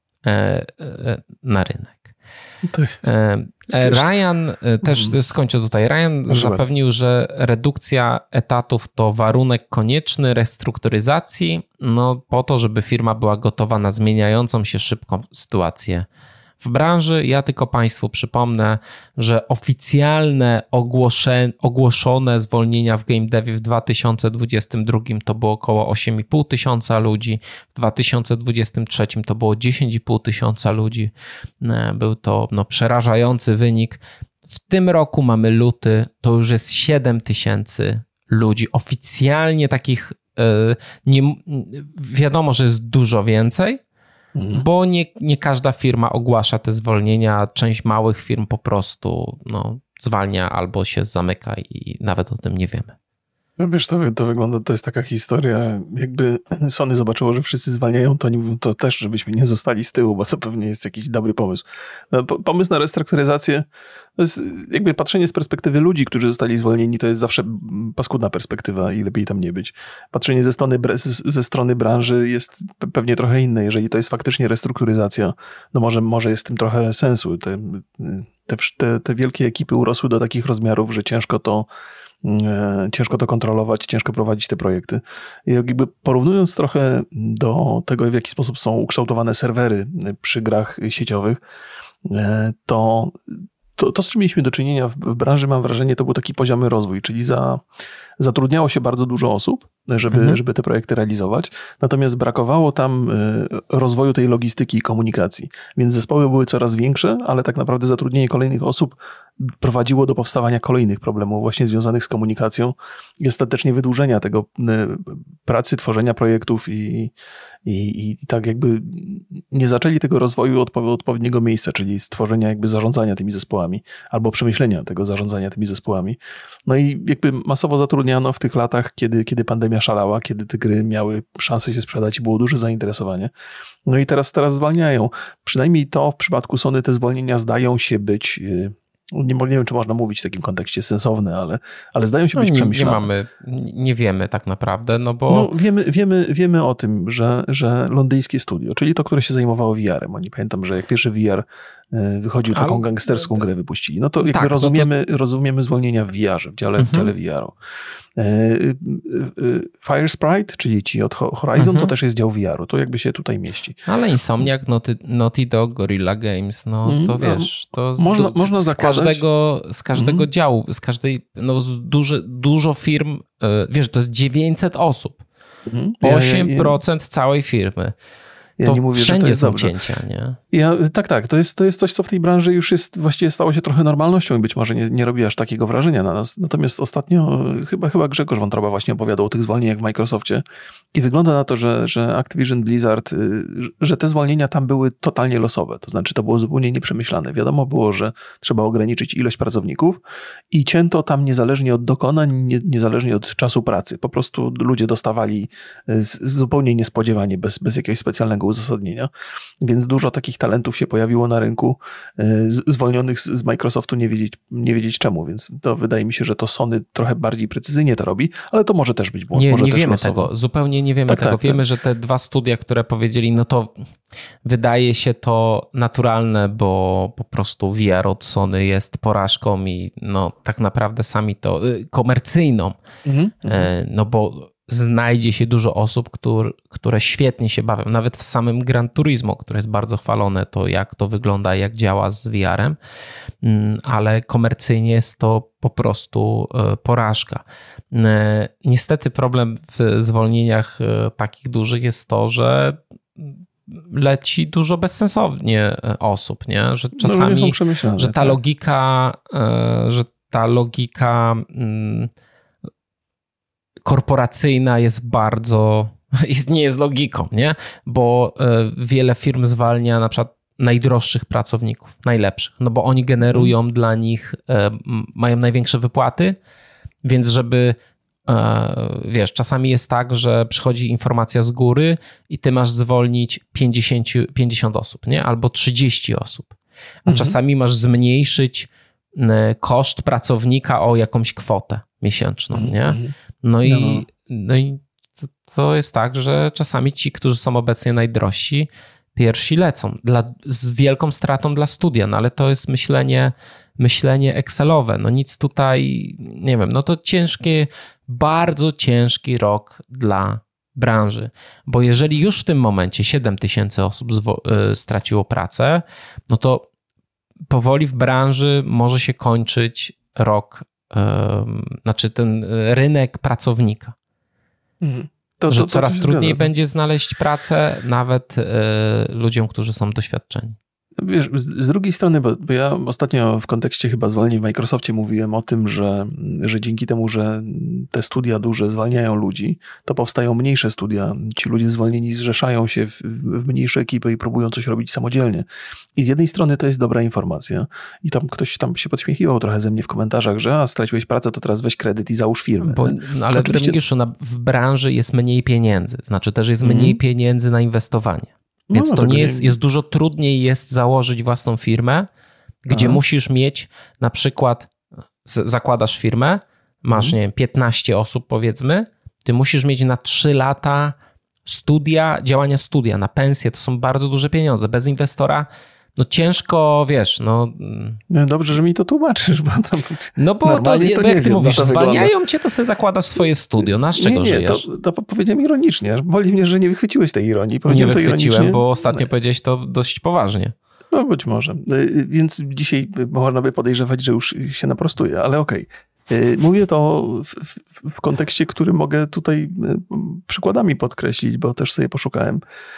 na rynek. To jest... Ryan, też skończę tutaj, Ryan Proszę zapewnił, bardzo. że redukcja etatów to warunek konieczny restrukturyzacji, no po to, żeby firma była gotowa na zmieniającą się szybką sytuację w branży. Ja tylko państwu przypomnę, że oficjalne ogłoszone, ogłoszone zwolnienia w game devie w dwa tysiące dwudziestym drugim to było około osiem i pół tysiąca ludzi, w dwa tysiące dwudziestym trzecim to było dziesięć i pół tysiąca ludzi. Był to no, przerażający wynik. W tym roku mamy luty, to już jest siedem tysięcy ludzi. Oficjalnie takich nie, wiadomo, że jest dużo więcej, Mhm. Bo nie, nie każda firma ogłasza te zwolnienia, część małych firm po prostu no, zwalnia albo się zamyka i nawet o tym nie wiemy. No wiesz, to, to wygląda, to jest taka historia, jakby Sony zobaczyło, że wszyscy zwalniają, to oni mówią to też, żebyśmy nie zostali z tyłu, bo to pewnie jest jakiś dobry pomysł. No, pomysł na restrukturyzację, to jest jakby patrzenie z perspektywy ludzi, którzy zostali zwolnieni, to jest zawsze paskudna perspektywa i lepiej tam nie być. Patrzenie ze strony, ze strony branży jest pewnie trochę inne. Jeżeli to jest faktycznie restrukturyzacja, no może, może jest w tym trochę sensu. Te, te, te wielkie ekipy urosły do takich rozmiarów, że ciężko to Ciężko to kontrolować, ciężko prowadzić te projekty. I jakby porównując trochę do tego, w jaki sposób są ukształtowane serwery przy grach sieciowych, to to, to z czym mieliśmy do czynienia w, w branży, mam wrażenie, to był taki poziomy rozwój, czyli za, zatrudniało się bardzo dużo osób, żeby, mhm. żeby te projekty realizować, natomiast brakowało tam rozwoju tej logistyki i komunikacji, więc zespoły były coraz większe, ale tak naprawdę zatrudnienie kolejnych osób prowadziło do powstawania kolejnych problemów właśnie związanych z komunikacją i ostatecznie wydłużenia tego pracy, tworzenia projektów i, i, i tak jakby nie zaczęli tego rozwoju od odpowiedniego miejsca, czyli stworzenia jakby zarządzania tymi zespołami albo przemyślenia tego zarządzania tymi zespołami. No i jakby masowo zatrudniano w tych latach, kiedy, kiedy pandemia szalała, kiedy te gry miały szansę się sprzedać i było duże zainteresowanie. No i teraz, teraz zwalniają. Przynajmniej to w przypadku Sony te zwolnienia zdają się być Nie, nie wiem, czy można mówić w takim kontekście sensowne, ale, ale zdają się no być nie, przemyślane. Nie mamy, nie wiemy tak naprawdę, no bo... No, wiemy, wiemy, wiemy o tym, że, że londyńskie studio, czyli to, które się zajmowało V R-em. Oni pamiętam, że jak pierwszy V R wychodził, taką ale, gangsterską to... grę wypuścili. No to jakby tak, rozumiemy, to... rozumiemy zwolnienia w V R-ze, w dziale, mhm. w dziale V R-u. Fire Sprite, czyli ci od Horizon, mhm. to też jest dział V R-u. To jakby się tutaj mieści. Ale Insomniac, Naughty, Naughty Dog, Gorilla Games, no to wiesz, to z, można, z, można z zakładać. każdego, z każdego mhm. działu, z każdej, no z duży, dużo firm, wiesz, to jest dziewięćset osób. Mhm. osiem procent ja, ja, ja... całej firmy. Ja to nie mówię, wszędzie że to jest są dobrze. cięcia, nie? Ja, tak, tak. To jest, to jest coś, co w tej branży już jest, właściwie stało się trochę normalnością i być może nie, nie robi aż takiego wrażenia na nas. Natomiast ostatnio chyba, chyba Grzegorz Wątroba właśnie opowiadał o tych zwolnieniach w Microsoftie i wygląda na to, że, że Activision Blizzard, że te zwolnienia tam były totalnie losowe. To znaczy to było zupełnie nieprzemyślane. Wiadomo było, że trzeba ograniczyć ilość pracowników i cięto tam niezależnie od dokonań, nie, niezależnie od czasu pracy. Po prostu ludzie dostawali z, zupełnie niespodziewanie, bez, bez jakiegoś specjalnego uzasadnienia. Więc dużo takich talentów się pojawiło na rynku, zwolnionych z Microsoftu, nie wiedzieć, nie wiedzieć czemu, więc to wydaje mi się, że to Sony trochę bardziej precyzyjnie to robi, ale to może też być błąd. Nie, może nie też wiemy losowo. tego, zupełnie nie wiemy tak, tego. tak, wiemy, tak. że te dwa studia, które powiedzieli, no to wydaje się to naturalne, bo po prostu V R od Sony jest porażką i no tak naprawdę sami to, komercyjną, mhm, no bo znajdzie się dużo osób, które, które świetnie się bawią. Nawet w samym Gran Turismo, które jest bardzo chwalone, to jak to wygląda, jak działa z V R-em, ale komercyjnie jest to po prostu porażka. Niestety problem w zwolnieniach takich dużych jest to, że leci dużo bezsensownie osób, nie? Że czasami, no, że ta tak. logika, że ta logika korporacyjna jest bardzo, nie jest logiką, nie? Bo wiele firm zwalnia na przykład najdroższych pracowników, najlepszych, no bo oni generują hmm. dla nich, mają największe wypłaty, więc żeby, wiesz, czasami jest tak, że przychodzi informacja z góry i ty masz zwolnić pięćdziesiąt, pięćdziesiąt osób, nie? Albo trzydzieści osób, a hmm. czasami masz zmniejszyć koszt pracownika o jakąś kwotę miesięczną, hmm. nie? No i, no i to, to jest tak, że czasami ci, którzy są obecnie najdrożsi, pierwsi lecą dla, z wielką stratą dla studia, no ale to jest myślenie, myślenie Excelowe. No nic tutaj, nie wiem, no to ciężkie, bardzo ciężki rok dla branży, bo jeżeli już w tym momencie siedem tysięcy osób zwo- straciło pracę, no to powoli w branży może się kończyć rok, znaczy ten rynek pracownika. Mhm. To, to, że to, to coraz trudniej zgadza. Będzie znaleźć pracę nawet y, ludziom, którzy są doświadczeni. Wiesz, z, z drugiej strony, bo, bo ja ostatnio w kontekście chyba zwolnień w Microsoftie mówiłem o tym, że, że dzięki temu, że te studia duże zwalniają ludzi, to powstają mniejsze studia. Ci ludzie zwolnieni zrzeszają się w, w mniejsze ekipy i próbują coś robić samodzielnie. I z jednej strony to jest dobra informacja. I tam ktoś tam się podśmiechiwał trochę ze mnie w komentarzach, że a, straciłeś pracę, to teraz weź kredyt i załóż firmę. Bo, no, ale oczywiście... Remigiuszu, w branży jest mniej pieniędzy. Znaczy też jest mniej mm. pieniędzy na inwestowanie. Więc no, to nie jest, jest dużo trudniej jest założyć własną firmę, gdzie Aha. musisz mieć na przykład, z, zakładasz firmę, masz mhm. nie wiem, piętnaście osób powiedzmy, ty musisz mieć na trzy lata studia, działania studia, na pensję, to są bardzo duże pieniądze. Bez inwestora no ciężko, wiesz, no... no dobrze, że mi to tłumaczysz, bo to... No bo to, to jak ty wiem, mówisz, zwalniają wygląda. Cię, to sobie zakładasz swoje studio, na z czego nie, nie, żyjesz? To, to powiedziałem ironicznie, boli mnie, że nie wychwyciłeś tej ironii. Nie wychwyciłem, bo ostatnio no. powiedziałeś to dość poważnie. No być może, więc dzisiaj można by podejrzewać, że już się naprostuje, ale okej. Okay. Mówię to w, w, w kontekście, który mogę tutaj przykładami podkreślić, bo też sobie poszukałem.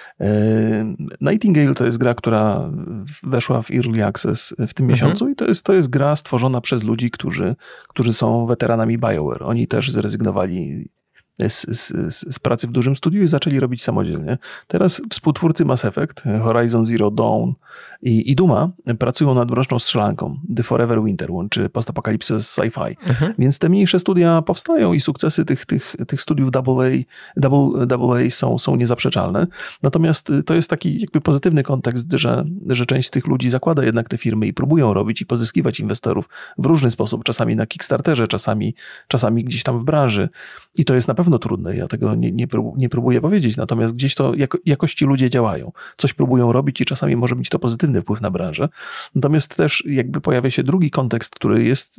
Nightingale to jest gra, która weszła w Early Access w tym mhm. miesiącu i to jest, to jest gra stworzona przez ludzi, którzy, którzy są weteranami BioWare. Oni też zrezygnowali z, z, z pracy w dużym studiu i zaczęli robić samodzielnie. Teraz współtwórcy Mass Effect, Horizon Zero Dawn i, i Duma pracują nad mroczną strzelanką The Forever Winter, łączy postapokalipsę z sci-fi. Mhm. Więc te mniejsze studia powstają i sukcesy tych, tych, tych studiów double A, double, double A są, są niezaprzeczalne. Natomiast to jest taki jakby pozytywny kontekst, że, że część z tych ludzi zakłada jednak te firmy i próbują robić i pozyskiwać inwestorów w różny sposób, czasami na Kickstarterze, czasami, czasami gdzieś tam w branży. I to jest na pewno trudne, ja tego nie, nie, prób, nie próbuję powiedzieć, natomiast gdzieś to jako, jakoś ci ludzie działają. Coś próbują robić i czasami może mieć to pozytywny wpływ na branżę. Natomiast też jakby pojawia się drugi kontekst, który jest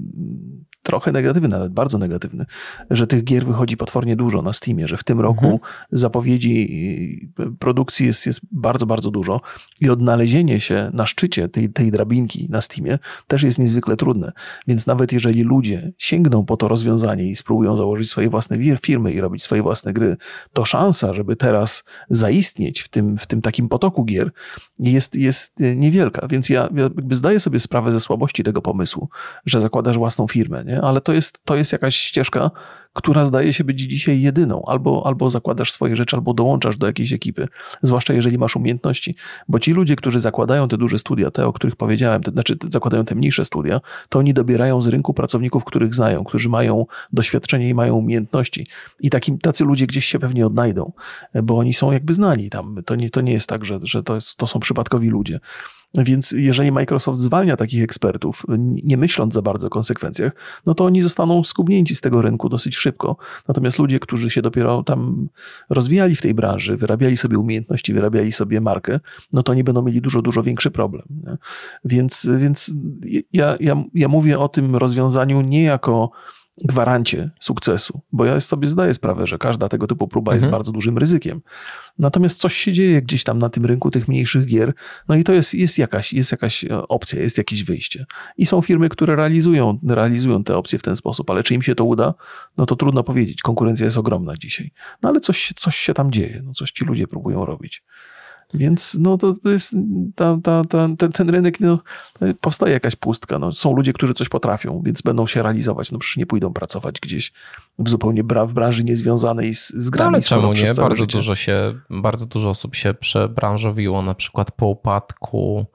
trochę negatywny, nawet bardzo negatywny, że tych gier wychodzi potwornie dużo na Steamie, że w tym roku mhm. zapowiedzi produkcji jest, jest bardzo, bardzo dużo i odnalezienie się na szczycie tej, tej drabinki na Steamie też jest niezwykle trudne. Więc nawet jeżeli ludzie sięgną po to rozwiązanie i spróbują założyć swoje własne firmy i robić swoje własne gry, to szansa, żeby teraz zaistnieć w tym, w tym takim potoku gier jest, jest niewielka. Więc ja jakby zdaję sobie sprawę ze słabości tego pomysłu, że zakładasz własną firmę, nie? Ale to jest, to jest jakaś ścieżka, która zdaje się być dzisiaj jedyną. Albo, albo zakładasz swoje rzeczy, albo dołączasz do jakiejś ekipy, zwłaszcza jeżeli masz umiejętności. Bo ci ludzie, którzy zakładają te duże studia, te, o których powiedziałem, te, znaczy zakładają te mniejsze studia, to oni dobierają z rynku pracowników, których znają, którzy mają doświadczenie i mają umiejętności. I takim, tacy ludzie gdzieś się pewnie odnajdą, bo oni są jakby znani tam. To nie, to nie jest tak, że, że to, jest, to są przypadkowi ludzie. Więc jeżeli Microsoft zwalnia takich ekspertów, nie myśląc za bardzo o konsekwencjach, no to oni zostaną skubnięci z tego rynku dosyć szybko. Natomiast ludzie, którzy się dopiero tam rozwijali w tej branży, wyrabiali sobie umiejętności, wyrabiali sobie markę, no to oni będą mieli dużo, dużo większy problem. Nie? Więc, więc ja, ja, ja mówię o tym rozwiązaniu nie jako gwarancie sukcesu, bo ja sobie zdaję sprawę, że każda tego typu próba mhm. jest bardzo dużym ryzykiem. Natomiast coś się dzieje gdzieś tam na tym rynku tych mniejszych gier, no i to jest, jest, jakaś, jest jakaś opcja, jest jakieś wyjście. I są firmy, które realizują, realizują te opcje w ten sposób, ale czy im się to uda, no to trudno powiedzieć. Konkurencja jest ogromna dzisiaj. No ale coś, coś się tam dzieje, no coś ci ludzie próbują robić. Więc no to, to jest ta, ta, ta, ten, ten rynek, no, powstaje jakaś pustka. No, są ludzie, którzy coś potrafią, więc będą się realizować. No przecież nie pójdą pracować gdzieś w zupełnie bra, w branży niezwiązanej z, z grami. No ale czemu nie? Bardzo dużo, się, bardzo dużo osób się przebranżowiło, na przykład po upadku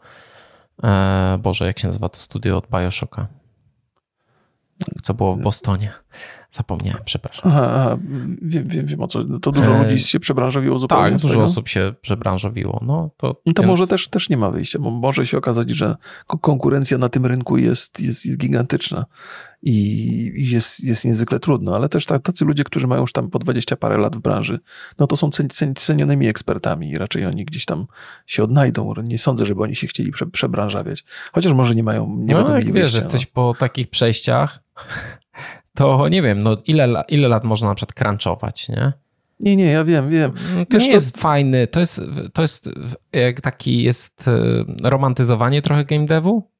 e, Boże, jak się nazywa to studio od BioShocka? Co było w Bostonie. Zapomniałem, przepraszam. Aha, aha. Wiem, wiem, wiem o co. To dużo e... ludzi się przebranżowiło zupełnie. Tak, z dużo tego. osób się przebranżowiło. No to, to więc... może też, też nie ma wyjścia, bo może się okazać, że konkurencja na tym rynku jest, jest, jest gigantyczna i jest, jest niezwykle trudno, ale też tacy ludzie, którzy mają już tam po dwadzieścia parę lat w branży, no to są cenionymi ekspertami i raczej oni gdzieś tam się odnajdą. Nie sądzę, żeby oni się chcieli prze, przebranżawiać. Chociaż może nie mają, nie no, będą jak mieli wiesz, wyjścia, jesteś no. po takich przejściach, to nie wiem, no ile, ile lat można na przykład crunchować, nie? Nie, nie, ja wiem, wiem. To Wiesz, nie to... jest fajny, to jest, to jest jak taki jest romantyzowanie trochę game devu,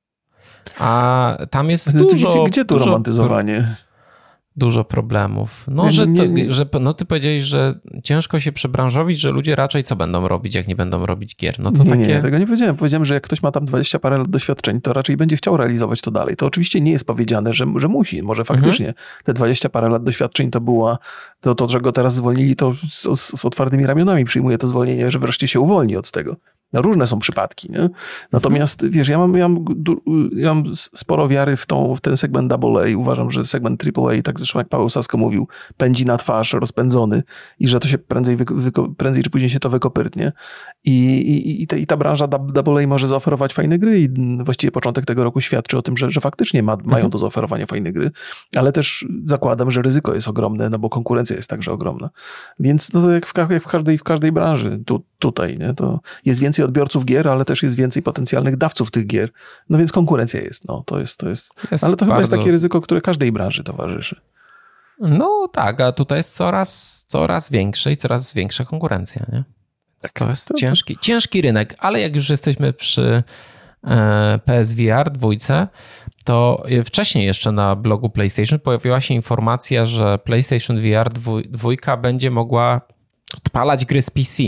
a tam jest ale dużo... Gdzie, gdzie tu dużo, romantyzowanie? Dużo problemów. No, nie, że, to, nie, nie. że no ty powiedziałeś, że ciężko się przebranżowić, że ludzie raczej co będą robić, jak nie będą robić gier. No to nie, takie... nie, tego nie powiedziałem. Powiedziałem, że jak ktoś ma tam dwadzieścia parę lat doświadczeń, to raczej będzie chciał realizować to dalej. To oczywiście nie jest powiedziane, że, że musi. Może faktycznie mhm. te dwadzieścia parę lat doświadczeń to była, to, to że go teraz zwolnili, to z, z, z otwartymi ramionami przyjmuje to zwolnienie, że wreszcie się uwolni od tego. No, różne są przypadki, nie? Natomiast mhm. wiesz, ja mam, ja, mam, ja mam sporo wiary w, tą, w ten segment double A. Uważam, że segment triple A, tak zresztą jak Paweł Sasko mówił, pędzi na twarz, rozpędzony i że to się prędzej, wyko, wyko, prędzej czy później się to wykopyrtnie. I, i, i, ta, i ta branża double A może zaoferować fajne gry i właściwie początek tego roku świadczy o tym, że, że faktycznie ma, mhm. mają do zaoferowania fajne gry, ale też zakładam, że ryzyko jest ogromne, no bo konkurencja jest także ogromna. Więc no to jak w, jak w, każdej, w każdej branży tu, tutaj, nie? To jest więcej odbiorców gier, ale też jest więcej potencjalnych dawców tych gier. No więc konkurencja jest. No, to jest, to jest, jest ale to bardzo... chyba jest takie ryzyko, które każdej branży towarzyszy. No tak, a tutaj jest coraz, coraz większa i coraz większa konkurencja. Nie? Tak, to jest to... ciężki, ciężki rynek, ale jak już jesteśmy przy P S V R dwójce, to wcześniej jeszcze na blogu PlayStation pojawiła się informacja, że PlayStation V R dwa będzie mogła odpalać gry z P C.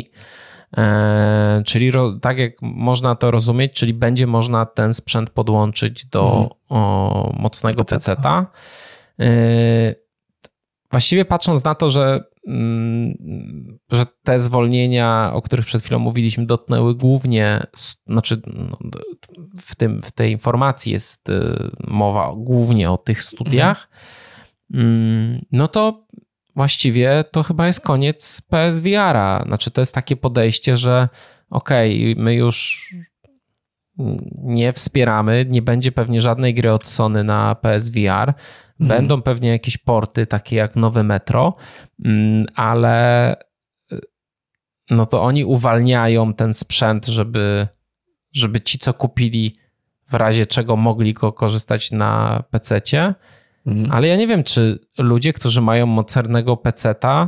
Eee, czyli ro, tak jak można to rozumieć, czyli będzie można ten sprzęt podłączyć do mm. o, mocnego peceta. Eee, właściwie patrząc na to, że, że te zwolnienia, o których przed chwilą mówiliśmy, dotknęły głównie, znaczy w, tym, w tej informacji jest mowa głównie o tych studiach, mhm. no to właściwie to chyba jest koniec P S V R-a. Znaczy to jest takie podejście, że okej, okay, my już nie wspieramy, nie będzie pewnie żadnej gry od Sony na P S V R, będą mhm. pewnie jakieś porty takie jak nowe Metro, ale no to oni uwalniają ten sprzęt, żeby, żeby ci, co kupili, w razie czego mogli go korzystać na pececie, mhm. ale ja nie wiem, czy ludzie, którzy mają mocernego peceta,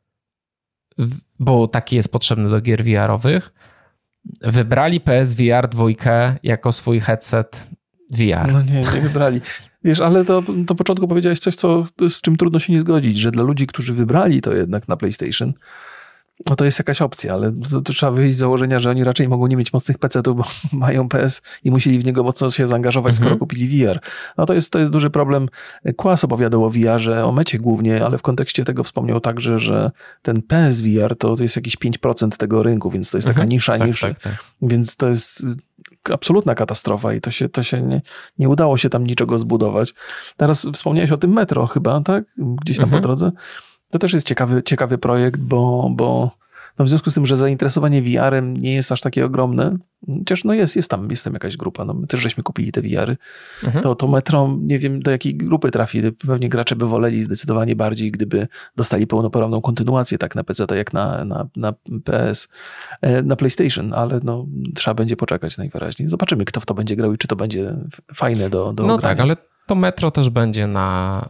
bo taki jest potrzebny do gier V R-owych, wybrali P S V R dwa jako swój headset V R. No nie, nie wybrali. Wiesz, ale to do początku powiedziałeś coś, co, z czym trudno się nie zgodzić, że dla ludzi, którzy wybrali to jednak na PlayStation, no to jest jakaś opcja, ale to, to trzeba wyjść z założenia, że oni raczej mogą nie mieć mocnych pecetów, bo mają P S i musieli w niego mocno się zaangażować, mhm. skoro kupili V R. No to jest, to jest duży problem. Kłas opowiadał o V R-ze, o mecie głównie, ale w kontekście tego wspomniał także, że ten P S V R to, to jest jakieś pięć procent tego rynku, więc to jest taka mhm. nisza tak, niszy. Tak, tak. Więc to jest absolutna katastrofa i to się, to się nie, nie udało się tam niczego zbudować. Teraz wspomniałeś o tym Metro chyba, tak? Gdzieś tam mhm. po drodze. To też jest ciekawy, ciekawy projekt, bo, bo no w związku z tym, że zainteresowanie V R-em nie jest aż takie ogromne, chociaż no jest, jest, tam, jest tam jakaś grupa, no my też żeśmy kupili te V R-y, mhm. to, to Metro, nie wiem do jakiej grupy trafi, pewnie gracze by woleli zdecydowanie bardziej, gdyby dostali pełnoprawną kontynuację tak na P C jak na, na, na P S, na PlayStation, ale no trzeba będzie poczekać najwyraźniej. Zobaczymy, kto w to będzie grał i czy to będzie fajne do, do No grania. tak, ale to Metro też będzie na,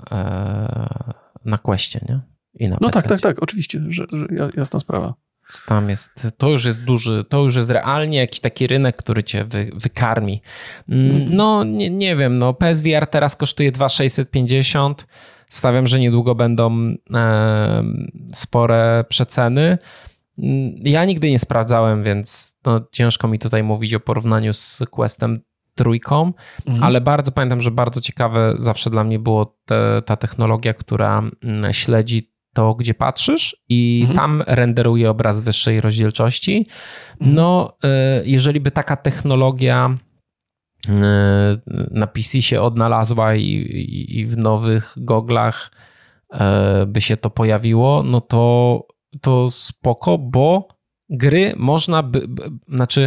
na Questie, nie? I na no P C. tak, tak, tak, oczywiście, że, że jasna sprawa. Tam jest, to już jest duży, to już jest realnie jakiś taki rynek, który cię wy, wykarmi. No nie, nie wiem, no P S V R teraz kosztuje dwa tysiące sześćset pięćdziesiąt. Stawiam, że niedługo będą e, spore przeceny. Ja nigdy nie sprawdzałem, więc no, ciężko mi tutaj mówić o porównaniu z Questem trójką, mhm. ale bardzo pamiętam, że bardzo ciekawe zawsze dla mnie było te, ta technologia, która śledzi to, gdzie patrzysz i mhm. tam renderuje obraz wyższej rozdzielczości. Mhm. No, jeżeli by taka technologia na P C się odnalazła i, i, i w nowych goglach by się to pojawiło, no to, to spoko, bo gry można by, by znaczy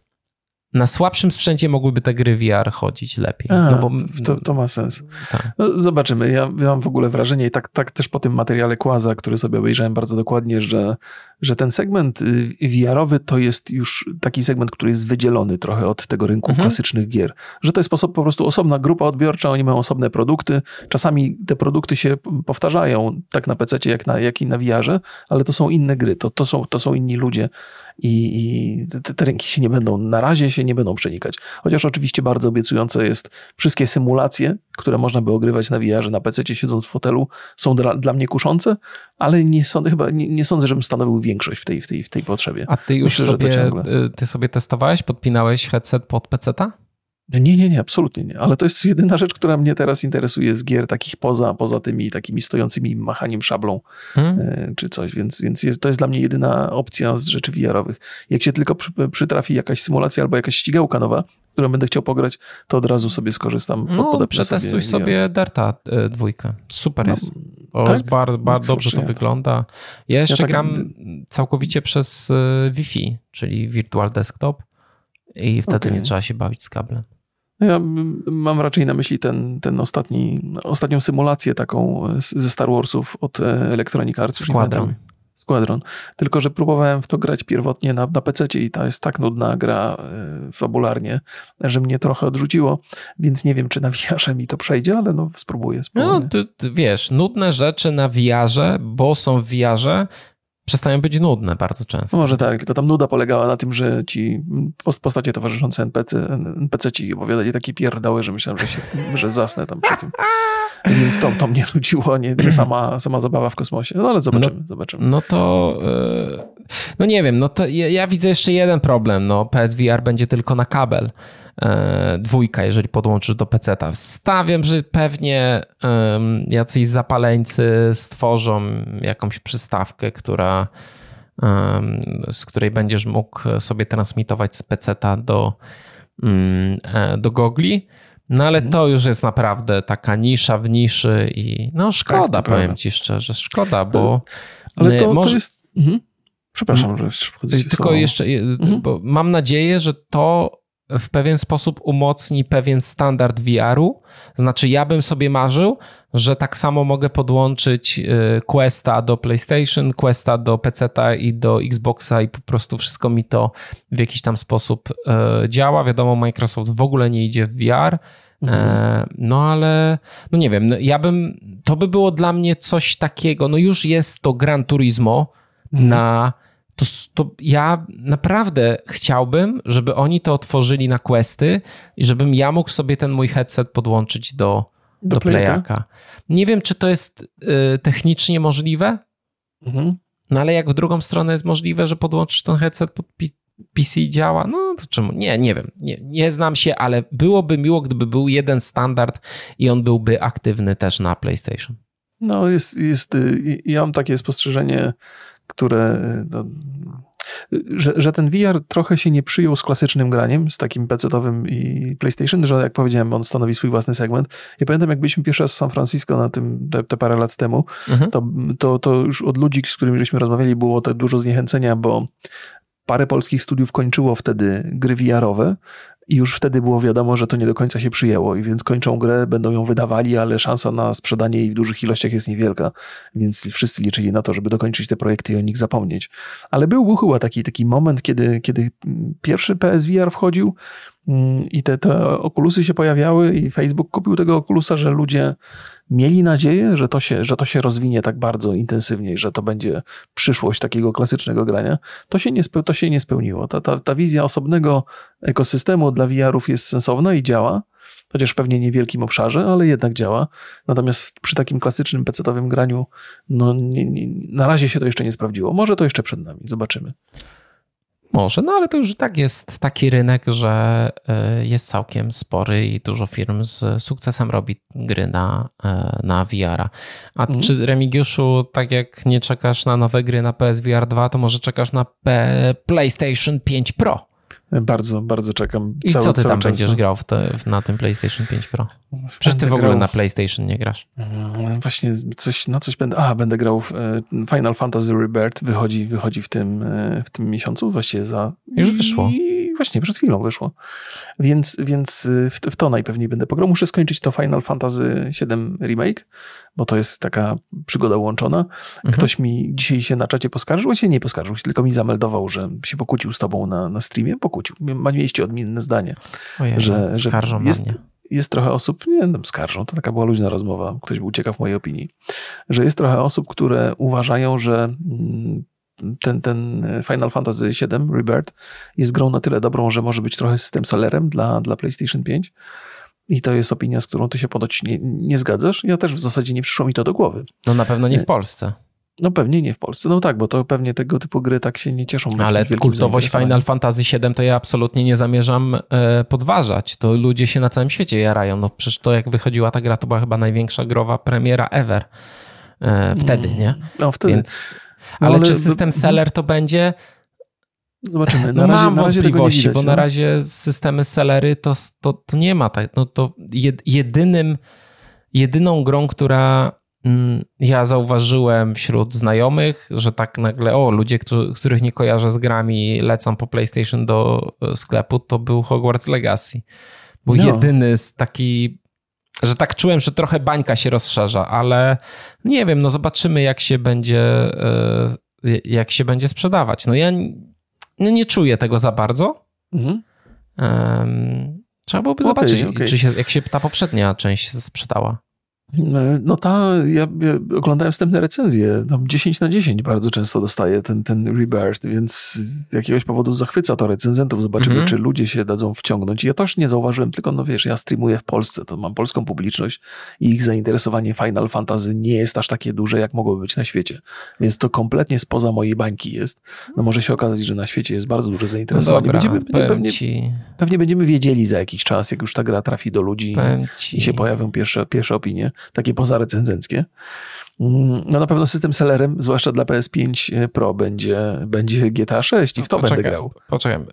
na słabszym sprzęcie mogłyby te gry V R chodzić lepiej. A, no bo, to, to ma sens. Tak. No, zobaczymy. Ja, ja mam w ogóle wrażenie i tak, tak też po tym materiale Kłaza, który sobie obejrzałem bardzo dokładnie, że, że ten segment V R-owy to jest już taki segment, który jest wydzielony trochę od tego rynku mhm. klasycznych gier. Że to jest po prostu osobna grupa odbiorcza, oni mają osobne produkty. Czasami te produkty się powtarzają tak na pececie, jak, na, jak i na V R-ze, ale to są inne gry, to, to, są, to są inni ludzie i, i te, te rynki się nie będą, na razie się nie będą przenikać. Chociaż oczywiście bardzo obiecujące jest wszystkie symulacje, które można by ogrywać na V R-ze, na pececie siedząc w fotelu, są dla, dla mnie kuszące, ale nie sądzę, chyba nie, nie sądzę, żebym stanowił większość w tej, w tej, w tej potrzebie. A ty już Myślę, sobie, ty sobie testowałeś, podpinałeś headset pod peceta? Nie, nie, nie, absolutnie nie. Ale to jest jedyna rzecz, która mnie teraz interesuje z gier takich poza, poza tymi takimi stojącymi machaniem szablą hmm. czy coś, więc, więc to jest dla mnie jedyna opcja z rzeczy V R-owych. Jak się tylko przy, przytrafi jakaś symulacja albo jakaś ścigałka nowa, którą będę chciał pograć, to od razu sobie skorzystam. No, przetestuj sobie, sobie Dirta dwójkę. Super no, jest. O, tak? jest bardzo, bardzo dobrze to wygląda. Ja jeszcze ja tak... gram całkowicie przez Wi-Fi, czyli Virtual Desktop i wtedy okay. nie trzeba się bawić z kablem. Ja mam raczej na myśli ten, ten ostatni, ostatnią symulację taką ze Star Warsów od Electronic Arts. Squadron. Squadron. Tylko, że próbowałem w to grać pierwotnie na, na pececie i to jest tak nudna gra fabularnie, że mnie trochę odrzuciło, więc nie wiem, czy na V R-ze mi to przejdzie, ale no spróbuję. spróbuję. No, ty, ty wiesz, nudne rzeczy na V R-ze, bo są w V R-ze, przestają być nudne bardzo często. Może tak, tylko tam nuda polegała na tym, że ci postacie towarzyszące N P C, N P C ci opowiadali takie pierdały, że myślałem, że, się, że zasnę tam przy tym. Więc to, to mnie nudziło, nie, nie sama, sama zabawa w kosmosie. No ale zobaczymy, no, zobaczymy. No to, yy, no nie wiem, no to ja, ja widzę jeszcze jeden problem. No P S V R będzie tylko na kabel. dwójka, jeżeli podłączysz do peceta. Stawiam, że pewnie um, jacyś zapaleńcy stworzą jakąś przystawkę, która, um, z której będziesz mógł sobie transmitować z peceta do, um, do gogli. No ale to już jest naprawdę taka nisza w niszy i no szkoda, tak, powiem prawda. ci szczerze, szkoda, bo... Ale to, może... to jest... Mhm. Przepraszam, że wchodzę ci Tylko słowo. jeszcze, mhm. bo mam nadzieję, że to w pewien sposób umocni pewien standard V R-u. Znaczy ja bym sobie marzył, że tak samo mogę podłączyć Questa do PlayStation, Questa do peceta i do Xboxa i po prostu wszystko mi to w jakiś tam sposób działa. Wiadomo, Microsoft w ogóle nie idzie w V R, mhm. no ale no nie wiem, ja bym, to by było dla mnie coś takiego, no już jest to Gran Turismo mhm. na... To, to ja naprawdę chciałbym, żeby oni to otworzyli na Questy i żebym ja mógł sobie ten mój headset podłączyć do, do, do Playaka. Nie wiem, czy to jest y, technicznie możliwe, mhm. no ale jak w drugą stronę jest możliwe, że podłączysz ten headset pod P C działa, no to czemu? Nie, nie wiem, nie, nie znam się, ale byłoby miło, gdyby był jeden standard i on byłby aktywny też na PlayStation. No jest, jest ja mam takie spostrzeżenie, które, no, że, że ten V R trochę się nie przyjął z klasycznym graniem, z takim pecetowym i PlayStation, że jak powiedziałem, on stanowi swój własny segment. Ja pamiętam, jak byliśmy pierwszy raz w San Francisco na tym, te, te parę lat temu, mhm. to, to, to już od ludzi, z którymi żeśmy rozmawiali, było tak dużo zniechęcenia, bo parę polskich studiów kończyło wtedy gry V R-owe i już wtedy było wiadomo, że to nie do końca się przyjęło i więc kończą grę, będą ją wydawali, ale szansa na sprzedanie jej w dużych ilościach jest niewielka, więc wszyscy liczyli na to, żeby dokończyć te projekty i o nich zapomnieć. Ale był, był chyba taki, taki moment, kiedy, kiedy pierwszy P S V R wchodził i te, te okulusy się pojawiały i Facebook kupił tego okulusa, że ludzie mieli nadzieję, że to się, że to się rozwinie tak bardzo intensywnie, że to będzie przyszłość takiego klasycznego grania. To się nie, speł, to się nie spełniło. Ta, ta, ta wizja osobnego ekosystemu dla V R-ów jest sensowna i działa, chociaż pewnie w niewielkim obszarze, ale jednak działa. Natomiast przy takim klasycznym pecetowym graniu no, nie, nie, na razie się to jeszcze nie sprawdziło. Może to jeszcze przed nami. Zobaczymy. Może, no ale to już tak jest taki rynek, że jest całkiem spory i dużo firm z sukcesem robi gry na, na V R-a. A mm. czy, Remigiuszu, tak jak nie czekasz na nowe gry na P S V R dwa, to może czekasz na P- PlayStation pięć Pro? Bardzo, bardzo czekam. I cały, co ty tam czas. będziesz grał w te, w, na tym PlayStation pięć Pro? Przecież ty w ogóle grał... na PlayStation nie grasz. Właśnie coś, na coś będę... A, będę grał w Final Fantasy Rebirth. Wychodzi, wychodzi w tym, w tym miesiącu, właściwie za... Już wyszło. I właśnie przed chwilą wyszło. Więc, więc w, w to najpewniej będę pograł. Muszę skończyć to Final Fantasy siedem Remake, bo to jest taka przygoda łączona. Mhm. Ktoś mi dzisiaj się na czacie poskarżył, a się nie poskarżył, tylko mi zameldował, że się pokłócił z tobą na, na streamie. Pokłócił. Mieliście odmienne zdanie. Ojej, że, że skarżą jest, na mnie. Jest trochę osób, nie wiem, skarżą, to taka była luźna rozmowa, ktoś był ciekaw mojej opinii, że jest trochę osób, które uważają, że ten, ten Final Fantasy siedem Rebirth jest grą na tyle dobrą, że może być trochę system sellerem dla, dla PlayStation pięć. I to jest opinia, z którą ty się ponoć nie, nie zgadzasz. Ja też w zasadzie nie przyszło mi to do głowy. No na pewno nie w Polsce. No pewnie nie w Polsce. No tak, bo to pewnie tego typu gry tak się nie cieszą. Ale kultowość Final Fantasy siedem to ja absolutnie nie zamierzam e, podważać. To ludzie się na całym świecie jarają. No przecież to jak wychodziła ta gra, to była chyba największa growa premiera ever. E, wtedy, nie? No wtedy. Więc, no, ale, ale czy system do... seller to będzie? Zobaczymy. Na no razie, mam na razie wątpliwości, widać, bo no? na razie systemy sellery to, to, to nie ma tak. No to jedynym, jedyną grą, która ja zauważyłem wśród znajomych, że tak nagle, o, ludzie, których nie kojarzę z grami, lecą po PlayStation do sklepu, to był Hogwarts Legacy. Był no. jedyny z taki, że tak czułem, że trochę bańka się rozszerza, ale nie wiem, no zobaczymy, jak się będzie, jak się będzie sprzedawać. No ja no nie czuję tego za bardzo. Mhm. Um, trzeba byłoby okay, zobaczyć, okay. Czy się, jak się ta poprzednia część sprzedała. No ta, ja, ja oglądałem wstępne recenzje, tam dziesięć na dziesięć bardzo często dostaje ten, ten Rebirth, więc z jakiegoś powodu zachwyca to recenzentów. Zobaczymy, mm-hmm. czy ludzie się dadzą wciągnąć. Ja też nie zauważyłem, tylko no wiesz, ja streamuję w Polsce, to mam polską publiczność i ich zainteresowanie Final Fantasy nie jest aż takie duże, jak mogłoby być na świecie. Więc to kompletnie spoza mojej bańki jest. No może się okazać, że na świecie jest bardzo duże zainteresowanie. No dobra, będziemy, będziemy, pewnie, ci... pewnie będziemy wiedzieli za jakiś czas, jak już ta gra trafi do ludzi ci... i się pojawią pierwsze, pierwsze opinie. Takie pozarecenzenckie. No na pewno system sellerem, zwłaszcza dla P S pięć Pro, będzie, będzie G T A sześć i w to poczekaj, będę grał. Poczekaj.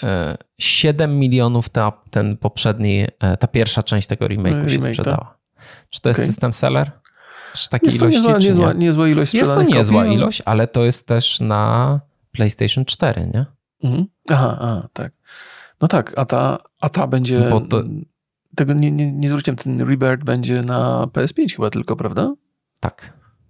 siedem milionów ta, ten poprzedni, ta pierwsza część tego remake'u się sprzedała. To? Czy to jest okay. system seller? Czy takie jest to ilości, niezła, czy niezła, nie? niezła ilość Jest to sprzedanych niezła kopii, ilość, ale to jest też na PlayStation cztery, nie? Mhm. Aha, aha, tak. No tak, a ta, a ta będzie... Bo to... Tego nie, nie, nie zwróciłem, ten Rebirth będzie na P S pięć chyba tylko, prawda? Tak.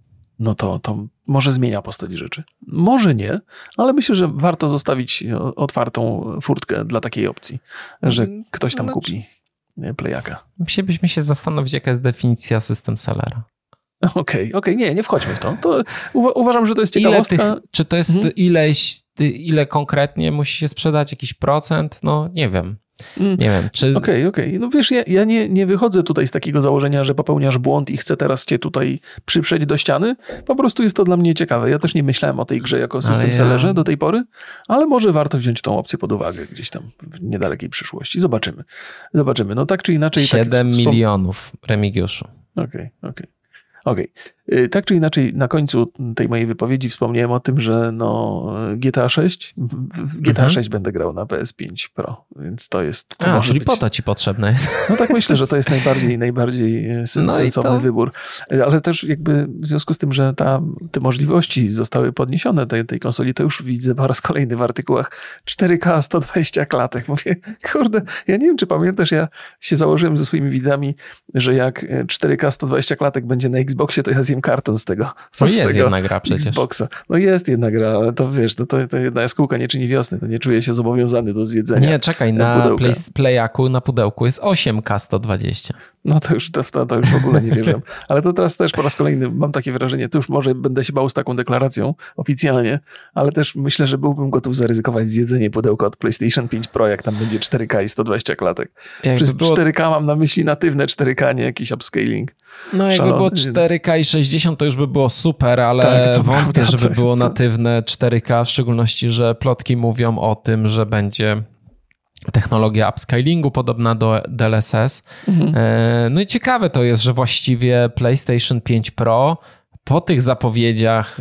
No to, to może zmienia postać rzeczy. Może nie, ale myślę, że warto zostawić otwartą furtkę dla takiej opcji, że ktoś tam kupi Playaka. Musielibyśmy się zastanowić, jaka jest definicja system sellera. Okej, okay, okej, okay. nie, nie wchodźmy w to. to uwa- uważam, że to jest ciekawostka. Ile tych, czy to jest hmm? ileś, ile konkretnie musi się sprzedać? Jakiś procent? No nie wiem. Nie wiem, czy... Okej, okay, okej. Okay. No wiesz, ja, ja nie, nie wychodzę tutaj z takiego założenia, że popełniasz błąd i chcę teraz cię tutaj przyprzeć do ściany. Po prostu jest to dla mnie ciekawe. Ja też nie myślałem o tej grze jako system ja... sellerze do tej pory, ale może warto wziąć tą opcję pod uwagę gdzieś tam w niedalekiej przyszłości. Zobaczymy. Zobaczymy. No tak czy inaczej... siedem tak, milionów, Remigiuszu. Okej, okay, okej. Okay. Okej. Okay. Tak czy inaczej, na końcu tej mojej wypowiedzi wspomniałem o tym, że no G T A sześć, w G T A mhm. sześć będę grał na P S pięć Pro, więc to jest... To A, może czyli być... po to ci potrzebne jest. No tak myślę, że to jest najbardziej, najbardziej sensowny no to... wybór. Ale też jakby w związku z tym, że ta, te możliwości zostały podniesione tej, tej konsoli, to już widzę po raz kolejny w artykułach cztery K sto dwadzieścia klatek. Mówię, kurde, ja nie wiem, czy pamiętasz, ja się założyłem ze swoimi widzami, że jak cztery K sto dwadzieścia klatek będzie na Xboxie, to ja zjem karton z tego. No z jest tego jedna gra przecież. Xboxa. No jest jedna gra, ale to wiesz, no to, to jedna jaskółka nie czyni wiosny, to nie czuję się zobowiązany do zjedzenia. Nie, czekaj, na play, Playaku, na pudełku jest osiem K sto dwadzieścia. No to już, to, to, to już w ogóle nie wierzę. Ale to teraz też po raz kolejny mam takie wrażenie, to już może będę się bał z taką deklaracją oficjalnie, ale też myślę, że byłbym gotów zaryzykować zjedzenie pudełka od PlayStation pięć Pro, jak tam będzie cztery K i sto dwadzieścia klatek. Jakby Przez było... cztery K mam na myśli natywne cztery K, nie jakiś upscaling. No jakby szalony, było cztery K więc... i sześćdziesiąt, to już by było super, ale tak, wątpię, prawda, żeby było natywne cztery K, w szczególności, że plotki mówią o tym, że będzie technologia upscalingu podobna do D L S S. Mhm. No i ciekawe to jest, że właściwie PlayStation pięć Pro po tych zapowiedziach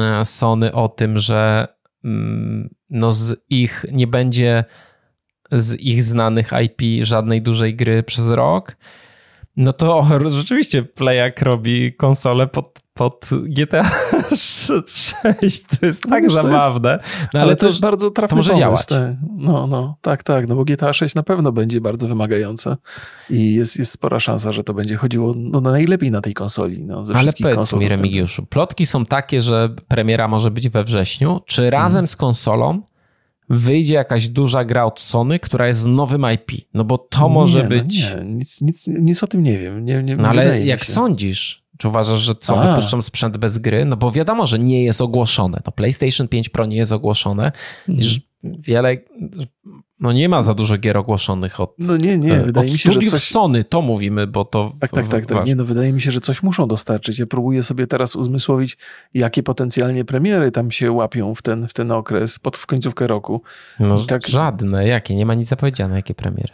Sony o tym, że no z ich nie będzie z ich znanych I P żadnej dużej gry przez rok, no to rzeczywiście Playak robi konsolę pod, pod G T A sześć. To jest tak no, zabawne. Jest, no, ale, ale to, to jest bardzo trafny to może pomysł, działać. Tak. No, no, tak, tak. No bo G T A sześć na pewno będzie bardzo wymagające i jest, jest spora szansa, że to będzie chodziło no, najlepiej na tej konsoli. No, ze ale powiedz mi, Remigiuszu, plotki są takie, że premiera może być we wrześniu. Czy razem hmm. z konsolą wyjdzie jakaś duża gra od Sony, która jest nowym I P? No bo to może nie, być... No nie, nic, nic, nic o tym nie wiem. Nie, nie, no ale jak się. sądzisz, czy uważasz, że co, A. wypuszczą sprzęt bez gry? No bo wiadomo, że nie jest ogłoszone. To PlayStation pięć Pro nie jest ogłoszone. Mm. Wiele... No nie ma za dużo gier ogłoszonych od, no nie, nie. Wydaje od mi się, studiów że coś... Sony, to mówimy, bo to... Tak, tak, tak, tak. Nie, no wydaje mi się, że coś muszą dostarczyć. Ja próbuję sobie teraz uzmysłowić, jakie potencjalnie premiery tam się łapią w ten, w ten okres, pod, w końcówkę roku. No tak... żadne. Jakie? Nie ma nic zapowiedziane, jakie premiery.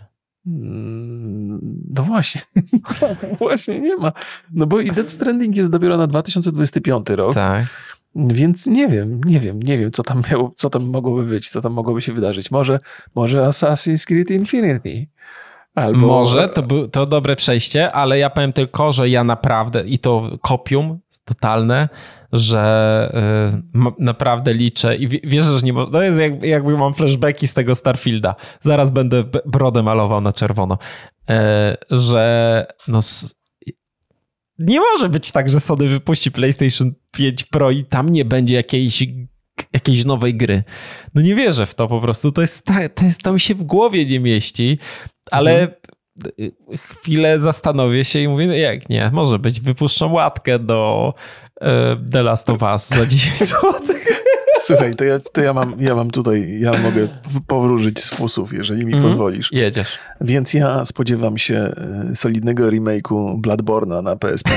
No właśnie, właśnie nie ma. No bo i Death Stranding jest dopiero na dwa tysiące dwudziesty piąty rok. Tak. Więc nie wiem, nie wiem, nie wiem, co tam miało, co tam mogłoby być, co tam mogłoby się wydarzyć. Może, może Assassin's Creed Infinity. Albo... Może, to, był, to dobre przejście, ale ja powiem tylko, że ja naprawdę, i to kopium totalne, że y, naprawdę liczę i wierzę, że nie może. No jest jak, jakby mam flashbacki z tego Starfielda. Zaraz będę brodę malował na czerwono. Y, że no nie może być tak, że Sony wypuści PlayStation pięć Pro i tam nie będzie jakiejś, jakiejś nowej gry. No nie wierzę w to po prostu. To jest, to jest, to mi się w głowie nie mieści, ale hmm. chwilę zastanowię się i mówię, no jak nie, może być, wypuszczą łatkę do The Last of Us za dziesięć złotych. Słuchaj, to ja, to ja mam, ja mam tutaj, ja mogę powróżyć z fusów, jeżeli mi mm, pozwolisz. Jedziesz. Więc ja spodziewam się solidnego remake'u Bloodborne'a na P S pięć.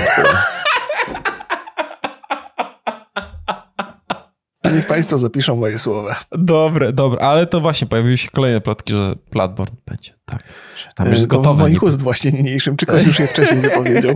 Niech państwo zapiszą moje słowa. Dobre, dobre, ale to właśnie pojawiły się kolejne plotki, że Bloodborne będzie. Tak. Tam już to gotowe. z moich ust właśnie niniejszym, czy ktoś już je wcześniej nie powiedział.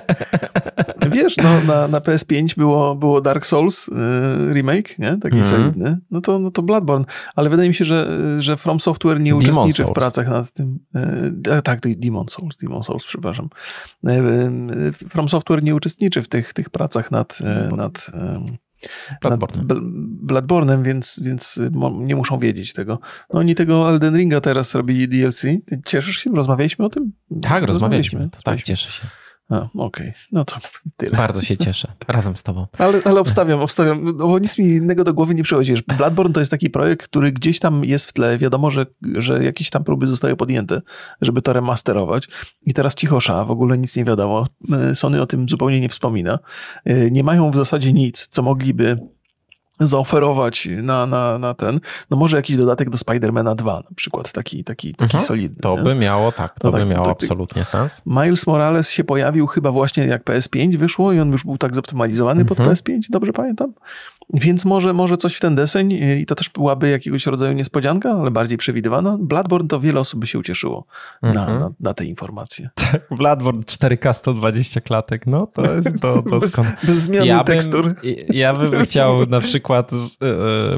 Wiesz, no na, na P S pięć było, było Dark Souls y, remake, nie? Taki mm. solidny. No to, no to Bloodborne. Ale wydaje mi się, że, że From Software nie uczestniczy w pracach nad tym. Y, tak, Demon Souls, Demon Souls, przepraszam. Y, y, From Software nie uczestniczy w tych, tych pracach nad... Y, nad y, Bloodborne. Bloodborne'em, więc, więc nie muszą wiedzieć tego. No oni tego Elden Ringa teraz robili D L C. Ty cieszysz się? Rozmawialiśmy o tym? Tak, rozmawialiśmy. Tak, cieszę się. Okej, okay. No to tyle. Bardzo się cieszę. Razem z tobą. Ale, ale obstawiam, obstawiam, no bo nic mi innego do głowy nie przychodzi. Bloodborne to jest taki projekt, który gdzieś tam jest w tle. Wiadomo, że, że jakieś tam próby zostały podjęte, żeby to remasterować. I teraz cichosza, w ogóle nic nie wiadomo. Sony o tym zupełnie nie wspomina. Nie mają w zasadzie nic, co mogliby zaoferować na, na, na ten, no może jakiś dodatek do Spidermana dwa na przykład, taki, taki, taki mhm. solidny. To nie? by miało, tak, to no by tak, miało tak, absolutnie sens. Miles Morales się pojawił chyba właśnie jak P S pięć wyszło i on już był tak zoptymalizowany mhm. pod P S pięć, dobrze pamiętam? Więc może, może coś w ten deseń i to też byłaby jakiegoś rodzaju niespodzianka, ale bardziej przewidywana. Bloodborne to wiele osób by się ucieszyło mhm. na, na, na te informacje. Tak, Bloodborne cztery K sto dwadzieścia klatek, no to jest to, to bez, bez zmiany ja tekstur. Bym, ja bym chciał na przykład yy,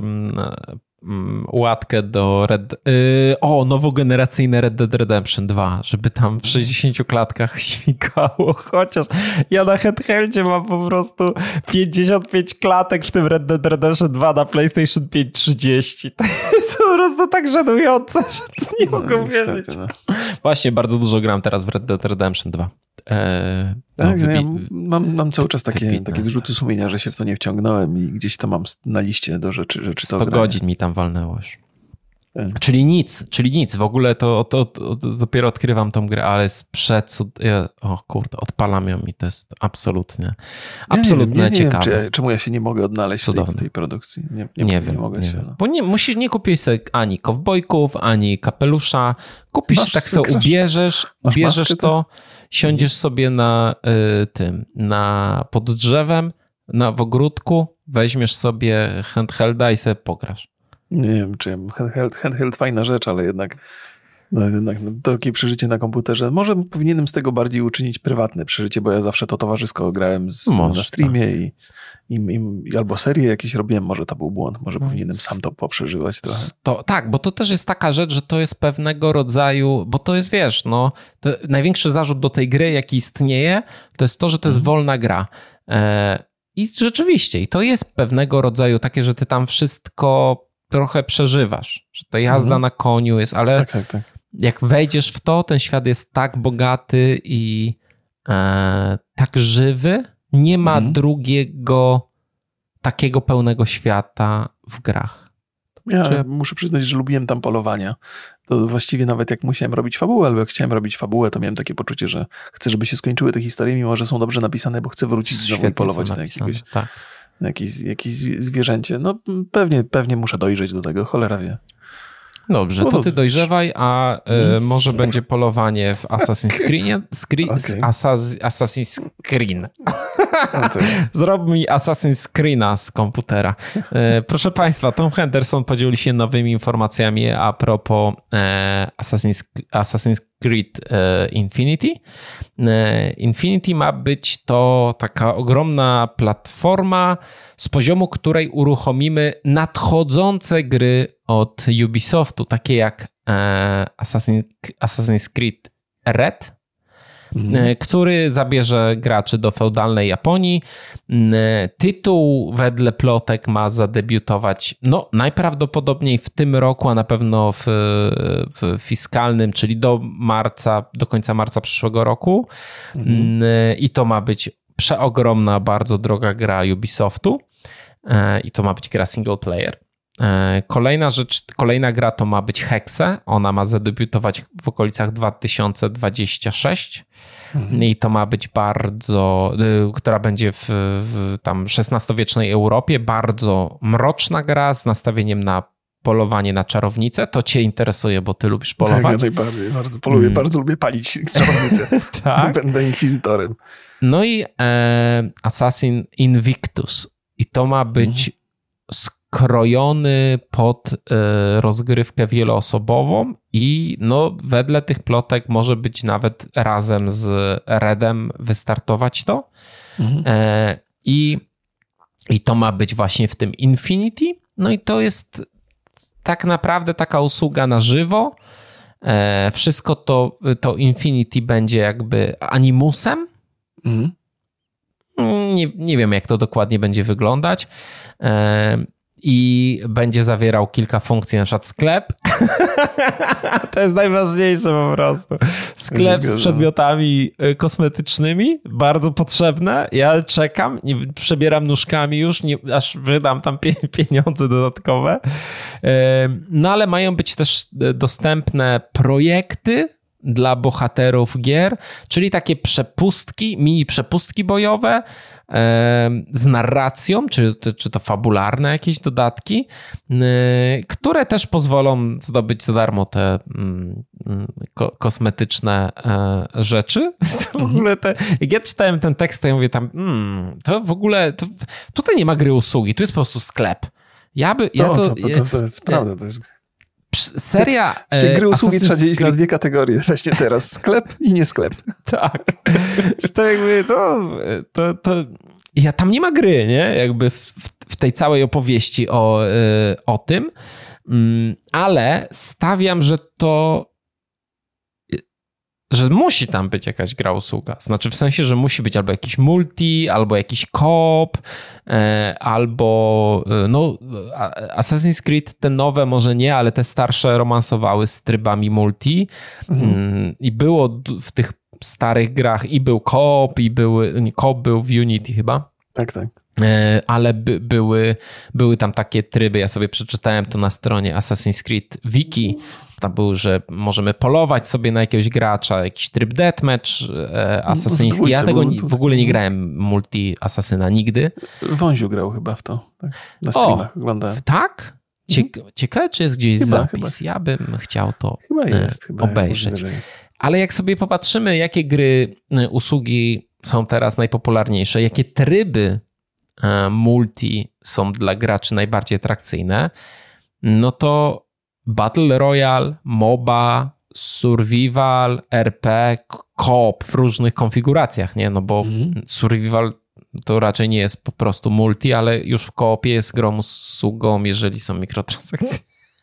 yy, łatkę do Red... Yy, o, nowogeneracyjne Red Dead Redemption dwa, żeby tam w sześćdziesięciu klatkach śmigało, chociaż ja na handheldzie mam po prostu pięćdziesiąt pięć klatek w tym Red Dead Redemption dwa na PlayStation pięć trzydzieści. To jest po prostu tak żenujące, że nie no, mogę wiedzieć. No. Właśnie, bardzo dużo gram teraz w Red Dead Redemption dwa. Eee, tak, no, wybi- ja mam, mam cały czas takie, takie wyrzuty sumienia, że się w to nie wciągnąłem i gdzieś to mam na liście do rzeczy, rzeczy sto godzin mi tam walnęło już. Tak. Czyli nic, czyli nic. W ogóle to, to, to, to dopiero odkrywam tą grę, ale jest przecud... O kurde, odpalam ją i to jest absolutnie, absolutnie ja nie wiem, ja nie ciekawe. Wiem, czy, czemu ja się nie mogę odnaleźć w tej, w tej produkcji. Nie, nie, nie nie wiem, mogę nie się. Wiem. No. Bo nie, musi, nie kupisz sobie ani kowbojków, ani kapelusza. Kupisz, masz, tak sobie ubierzesz, ubierzesz to, siądziesz sobie na y, tym, na, pod drzewem, na, w ogródku, weźmiesz sobie handhelda i sobie pograsz. Nie wiem, czy handheld, handheld fajna rzecz, ale jednak, no, jednak no, takie przeżycie na komputerze. Może powinienem z tego bardziej uczynić prywatne przeżycie, bo ja zawsze to towarzysko grałem z, może, na streamie tak. i, i, i albo serię jakieś robiłem. Może to był błąd, może powinienem sam to poprzeżywać trochę. To, tak, bo to też jest taka rzecz, że to jest pewnego rodzaju, bo to jest, wiesz, no, to największy zarzut do tej gry, jaki istnieje, to jest to, że to jest hmm. wolna gra. E, I rzeczywiście, i to jest pewnego rodzaju takie, że ty tam wszystko trochę przeżywasz, że ta jazda mhm. na koniu jest, ale tak, tak, tak. jak wejdziesz w to, ten świat jest tak bogaty i e, tak żywy, nie ma mhm. drugiego takiego pełnego świata w grach. Ja Czy... muszę przyznać, że lubiłem tam polowania. To właściwie nawet jak musiałem robić fabułę, albo jak chciałem robić fabułę, to miałem takie poczucie, że chcę, żeby się skończyły te historie, mimo że są dobrze napisane, bo chcę wrócić znowu i polować na jakiegoś... Tak. Jakieś, jakieś zwierzęcie. No pewnie, pewnie muszę dojrzeć do tego, cholera wie. Dobrze, to ty dojrzewaj, a y, może będzie polowanie w Assassin's Creed. Screen, okay. Assassin's Creed. Zrób mi Assassin's Creed'a z komputera. Y, proszę Państwa, Tom Henderson podzielił się nowymi informacjami a propos e, Assassin's, Assassin's Creed e, Infinity. E, Infinity ma być to taka ogromna platforma, z poziomu której uruchomimy nadchodzące gry od Ubisoftu, takie jak e, Assassin, Assassin's Creed Red, mhm. który zabierze graczy do feudalnej Japonii. Tytuł wedle plotek ma zadebiutować no, najprawdopodobniej w tym roku, a na pewno w, w fiskalnym, czyli do marca, do końca marca przyszłego roku. Mhm. I to ma być przeogromna, bardzo droga gra Ubisoftu. I to ma być gra single player. Kolejna rzecz, kolejna gra to ma być Hexe. Ona ma zadebiutować w okolicach dwa tysiące dwudziestego szóstego mhm. i to ma być bardzo, która będzie w, w tam szesnastowiecznej Europie, bardzo mroczna gra z nastawieniem na polowanie na czarownicę. To cię interesuje, bo ty lubisz polować? Tak, ja najbardziej. Bardzo poluję, hmm. bardzo lubię palić czarownicę. Tak? Będę inkwizytorem. No i e, Assassin Invictus. I to ma być hmm. skrojony pod e, rozgrywkę wieloosobową i no wedle tych plotek może być nawet razem z Redem wystartować to. Hmm. E, i, I to ma być właśnie w tym Infinity. No i to jest tak naprawdę taka usługa na żywo. E, wszystko to, to Infinity będzie jakby animusem. Mm. Nie, nie wiem, jak to dokładnie będzie wyglądać. E, I będzie zawierał kilka funkcji, na przykład sklep. To jest najważniejsze po prostu. Sklep z przedmiotami kosmetycznymi, bardzo potrzebne. Ja czekam, nie, przebieram nóżkami już, nie, aż wydam tam pie, pieniądze dodatkowe. No ale mają być też dostępne projekty dla bohaterów gier, czyli takie przepustki, mini przepustki bojowe z narracją, czy, czy to fabularne jakieś dodatki, które też pozwolą zdobyć za darmo te ko- kosmetyczne rzeczy. To w ogóle te, jak ja czytałem ten tekst, to ja mówię tam, hmm, to w ogóle, to, tutaj nie ma gry usługi, tu jest po prostu sklep. Ja by, ja no, to, to, to, to, to jest prawda, to jest... Seria... Czyli gry usługi trzeba dzielić na dwie kategorie. Właśnie teraz sklep i nie sklep. Tak. To jakby, no, to, to... Ja, tam nie ma gry, nie? Jakby w, w tej całej opowieści o, o tym, ale stawiam, że to że musi tam być jakaś gra usługa. Znaczy w sensie, że musi być albo jakiś multi, albo jakiś co-op, albo no Assassin's Creed te nowe może nie, ale te starsze romansowały z trybami multi mhm. i było w tych starych grach i był co-op, i były, nie, co-op był w Unity chyba. Tak, tak. Ale by, były, były tam takie tryby, ja sobie przeczytałem to na stronie Assassin's Creed Wiki, tam był, że możemy polować sobie na jakiegoś gracza, jakiś tryb deathmatch asasyński. Ja tego w ogóle nie grałem multi asasyna nigdy. Wąziu grał chyba w to. Tak? Na streamach oglądałem. Tak? Cieka- ciekawe, czy jest gdzieś chyba, zapis. Chyba. Ja bym chciał to chyba jest, chyba obejrzeć. Jest, jest. Ale jak sobie popatrzymy, jakie gry, usługi są teraz najpopularniejsze, jakie tryby multi są dla graczy najbardziej atrakcyjne, no to Battle Royale, MOBA, Survival, R P, co-op w różnych konfiguracjach, nie? No bo mm. Survival to raczej nie jest po prostu multi, ale już w co-opie jest grą usługą, jeżeli są mikrotransakcje.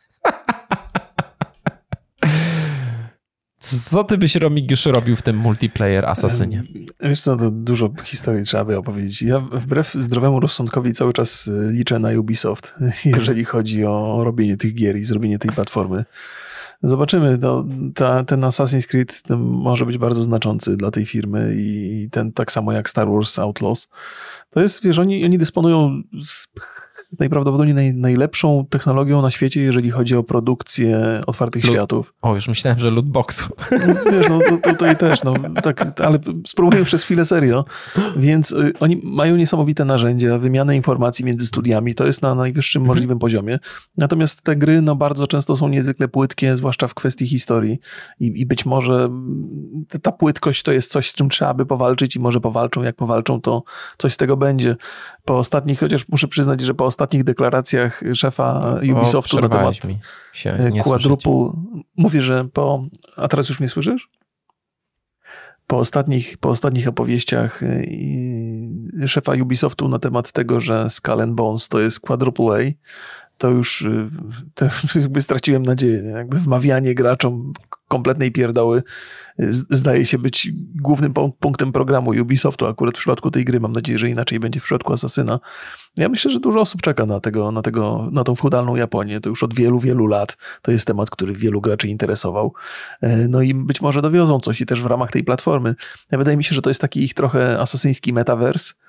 Co ty byś, Remigiusz, robił w tym multiplayer Asasynie? Wiesz co, to dużo historii trzeba by opowiedzieć. Ja wbrew zdrowemu rozsądkowi cały czas liczę na Ubisoft, jeżeli chodzi o robienie tych gier i zrobienie tej platformy. Zobaczymy. No, ta, ten Assassin's Creed może być bardzo znaczący dla tej firmy i ten tak samo jak Star Wars Outlaws. To jest, wiesz, oni, oni dysponują z najprawdopodobniej naj, najlepszą technologią na świecie, jeżeli chodzi o produkcję otwartych Loot. światów. O, już myślałem, że lootboxu. No, wiesz, no to, tutaj też, no, tak, ale spróbuję przez chwilę serio. Więc y, oni mają niesamowite narzędzia, wymianę informacji między studiami, to jest na najwyższym możliwym poziomie. Natomiast te gry, no, bardzo często są niezwykle płytkie, zwłaszcza w kwestii historii. I, i być może ta płytkość to jest coś, z czym trzeba by powalczyć i może powalczą, jak powalczą, to coś z tego będzie. Po ostatnich, chociaż muszę przyznać, że po ostatnich deklaracjach szefa Ubisoftu o, na temat mi się, quadruple, mówię, że po, a teraz już mnie słyszysz? Po ostatnich, po ostatnich opowieściach szefa Ubisoftu na temat tego, że Skull and Bones to jest quadruple A, to już, to już jakby straciłem nadzieję. Nie? Jakby wmawianie graczom kompletnej pierdoły zdaje się być głównym punktem programu Ubisoftu, akurat w przypadku tej gry. Mam nadzieję, że inaczej będzie w przypadku Asasyna. Ja myślę, że dużo osób czeka na tego, na tego, na tą feudalną Japonię. To już od wielu, wielu lat. To jest temat, który wielu graczy interesował. No i być może dowiozą coś i też w ramach tej platformy. Wydaje mi się, że to jest taki ich trochę asasyński metaverse,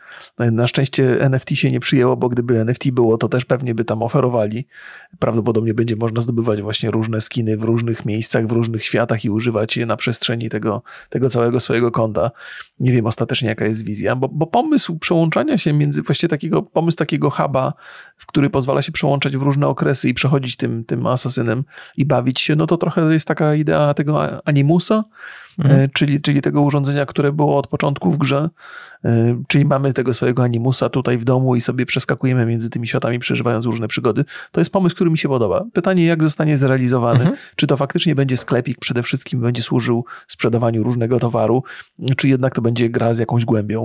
Na szczęście N F T się nie przyjęło, bo gdyby N F T było, to też pewnie by tam oferowali. Prawdopodobnie będzie można zdobywać właśnie różne skiny w różnych miejscach, w różnych światach i używać je na przestrzeni tego, tego całego swojego konta. Nie wiem ostatecznie, jaka jest wizja, bo, bo pomysł przełączania się między, właściwie takiego, pomysł takiego huba, w który pozwala się przełączać w różne okresy i przechodzić tym, tym asasynem i bawić się, no to trochę jest taka idea tego Animusa, mhm. czyli, czyli tego urządzenia, które było od początku w grze, czyli mamy tego swojego Animusa tutaj w domu i sobie przeskakujemy między tymi światami, przeżywając różne przygody. To jest pomysł, który mi się podoba. Pytanie, jak zostanie zrealizowany? Mhm. Czy to faktycznie będzie sklepik przede wszystkim, będzie służył sprzedawaniu różnego towaru, czy jednak to będzie gra z jakąś głębią?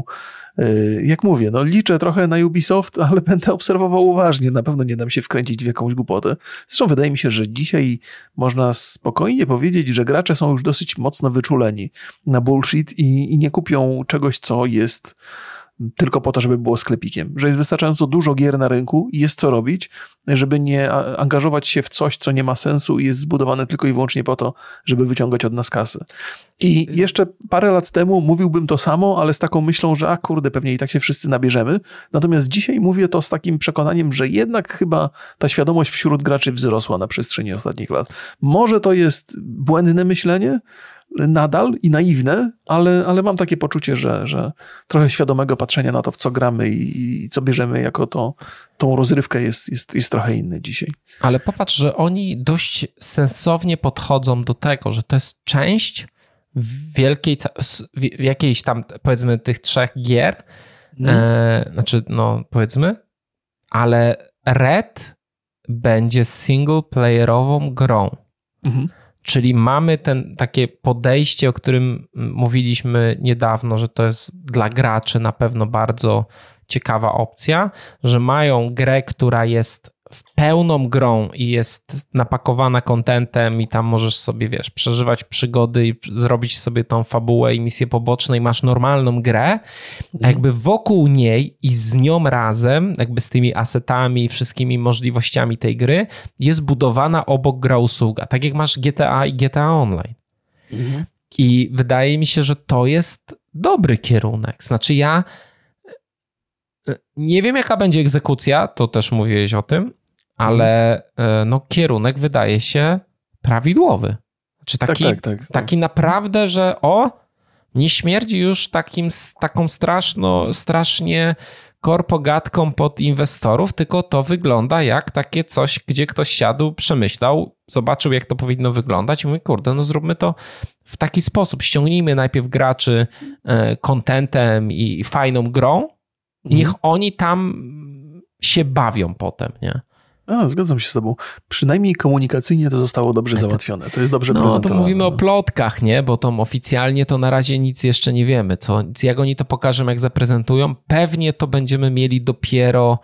Jak mówię, no liczę trochę na Ubisoft, ale będę obserwował uważnie. Na pewno nie dam się wkręcić w jakąś głupotę. Zresztą wydaje mi się, że dzisiaj można spokojnie powiedzieć, że gracze są już dosyć mocno wyczuleni na bullshit i, i nie kupią czegoś, co jest tylko po to, żeby było sklepikiem. Że jest wystarczająco dużo gier na rynku i jest co robić, żeby nie angażować się w coś, co nie ma sensu i jest zbudowane tylko i wyłącznie po to, żeby wyciągać od nas kasę. I jeszcze parę lat temu mówiłbym to samo, ale z taką myślą, że a kurde, pewnie i tak się wszyscy nabierzemy. Natomiast dzisiaj mówię to z takim przekonaniem, że jednak chyba ta świadomość wśród graczy wzrosła na przestrzeni ostatnich lat. Może to jest błędne myślenie, nadal i naiwne, ale, ale mam takie poczucie, że, że trochę świadomego patrzenia na to, w co gramy i, i co bierzemy jako to, tą rozrywkę jest, jest, jest trochę inny dzisiaj. Ale popatrz, że oni dość sensownie podchodzą do tego, że to jest część wielkiej, w jakiejś tam powiedzmy tych trzech gier, hmm. e, znaczy no powiedzmy, ale Red będzie single-playerową grą. Mhm. Czyli mamy ten, takie podejście, o którym mówiliśmy niedawno, że to jest dla graczy na pewno bardzo ciekawa opcja, że mają grę, która jest w pełną grą i jest napakowana contentem i tam możesz sobie, wiesz, przeżywać przygody i zrobić sobie tą fabułę i misje poboczne i masz normalną grę, a jakby wokół niej i z nią razem, jakby z tymi asetami i wszystkimi możliwościami tej gry jest budowana obok gra usługa, tak jak masz G T A i G T A Online. Mhm. I wydaje mi się, że to jest dobry kierunek. Znaczy ja nie wiem, jaka będzie egzekucja, to też mówiłeś o tym, ale no, kierunek wydaje się prawidłowy. Znaczy taki, tak, tak, tak, taki tak. naprawdę, że o, nie śmierdzi już takim, taką straszno, strasznie korpogatką pod inwestorów, tylko to wygląda jak takie coś, gdzie ktoś siadł, przemyślał, zobaczył, jak to powinno wyglądać i mówi, kurde, no zróbmy to w taki sposób. Ściągnijmy najpierw graczy kontentem i fajną grą, i niech oni tam się bawią potem, nie? A, zgadzam się z tobą. Przynajmniej komunikacyjnie to zostało dobrze załatwione. To jest dobrze no, prezentowane. No to mówimy o plotkach, nie? Bo to oficjalnie to na razie nic jeszcze nie wiemy. Co, jak oni to pokażą, jak zaprezentują, pewnie to będziemy mieli dopiero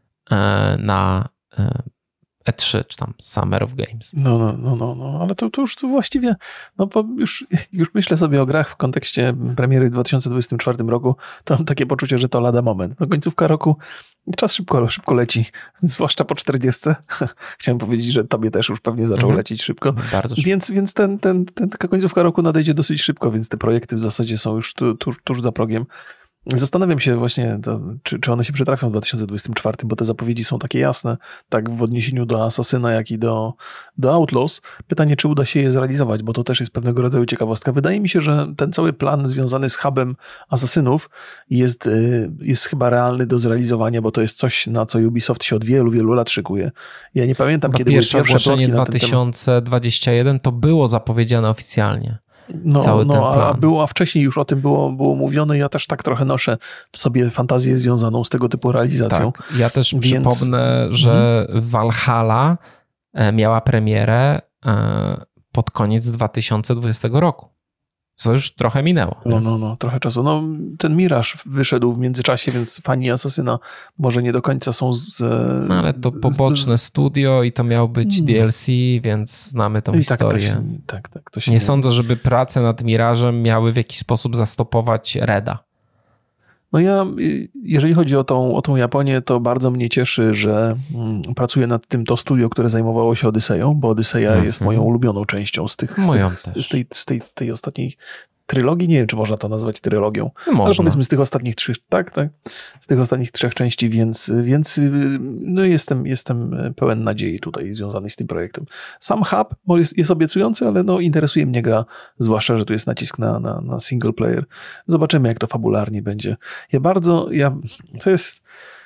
e, na e, E trzy, czy tam Summer of Games. No, no, no, no, no. Ale to, to już to właściwie, no bo już, już myślę sobie o grach w kontekście premiery w dwa tysiące dwudziestym czwartym roku, to mam takie poczucie, że to lada moment. No końcówka roku, czas szybko, szybko leci, zwłaszcza po czterdziestce. Chciałem powiedzieć, że tobie też już pewnie zaczął mhm. lecieć szybko. Bardzo szybko. Więc, więc ten, ten, ten, taka końcówka roku nadejdzie dosyć szybko, więc te projekty w zasadzie są już tu, tuż, tuż za progiem. Zastanawiam się właśnie, to, czy, czy one się przytrafią w dwa tysiące dwudziestym czwartym, bo te zapowiedzi są takie jasne, tak w odniesieniu do Assassina, jak i do, do Outlaws. Pytanie, czy uda się je zrealizować, bo to też jest pewnego rodzaju ciekawostka. Wydaje mi się, że ten cały plan związany z hubem Assassinów jest, jest chyba realny do zrealizowania, bo to jest coś, na co Ubisoft się od wielu, wielu lat szykuje. Ja nie pamiętam, chyba kiedy były pierwsze pierwsze plotki dwa tysiące dwudziesty pierwszy to było zapowiedziane oficjalnie. No, Cały no ten plan. A, było, a wcześniej już o tym było, było mówione. Ja też tak trochę noszę w sobie fantazję związaną z tego typu realizacją. Tak. Ja też Więc... przypomnę, że mhm. Valhalla miała premierę pod koniec dwa tysiące dwudziestego roku. To już trochę minęło. No, no, no, trochę czasu. No, ten Mirage wyszedł w międzyczasie, więc fani Assassina może nie do końca są z... No, ale to poboczne z... studio i to miał być D L C, więc znamy tą I historię. Tak, to się, tak, tak, to się nie, nie sądzę, żeby prace nad Mirage'em miały w jakiś sposób zastopować Reda. No ja, jeżeli chodzi o tą, o tą Japonię, to bardzo mnie cieszy, że pracuję nad tym to studio, które zajmowało się Odyseją, bo Odyseja mm-hmm. jest moją ulubioną częścią z tych, z, tych, z, tej, z, tej, z tej ostatniej trylogii, nie wiem, czy można to nazwać trylogią, no ale powiedzmy z tych ostatnich trzech, tak, tak, z tych ostatnich trzech części, więc, więc no jestem, jestem pełen nadziei tutaj związanej z tym projektem. Sam hub jest, jest obiecujący, ale no interesuje mnie gra, zwłaszcza, że tu jest nacisk na, na, na single player. Zobaczymy, jak to fabularnie będzie. Ja bardzo, ja, to jest...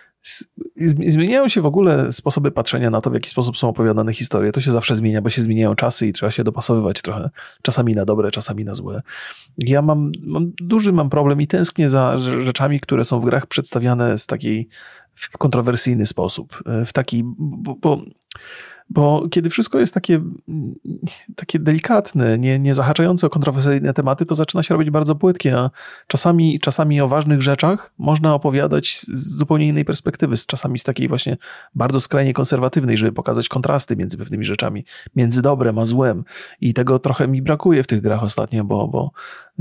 Zmieniają się w ogóle sposoby patrzenia na to, w jaki sposób są opowiadane historie. To się zawsze zmienia, bo się zmieniają czasy i trzeba się dopasowywać trochę. Czasami na dobre, czasami na złe. Ja mam, mam duży mam problem i tęsknię za rzeczami, które są w grach przedstawiane z takiej w kontrowersyjny sposób. W taki, bo, bo Bo kiedy wszystko jest takie, takie delikatne, nie, nie zahaczające o kontrowersyjne tematy, to zaczyna się robić bardzo płytkie, a czasami, czasami o ważnych rzeczach można opowiadać z zupełnie innej perspektywy, z czasami z takiej właśnie bardzo skrajnie konserwatywnej, żeby pokazać kontrasty między pewnymi rzeczami, między dobrem a złem. I tego trochę mi brakuje w tych grach ostatnio, bo, bo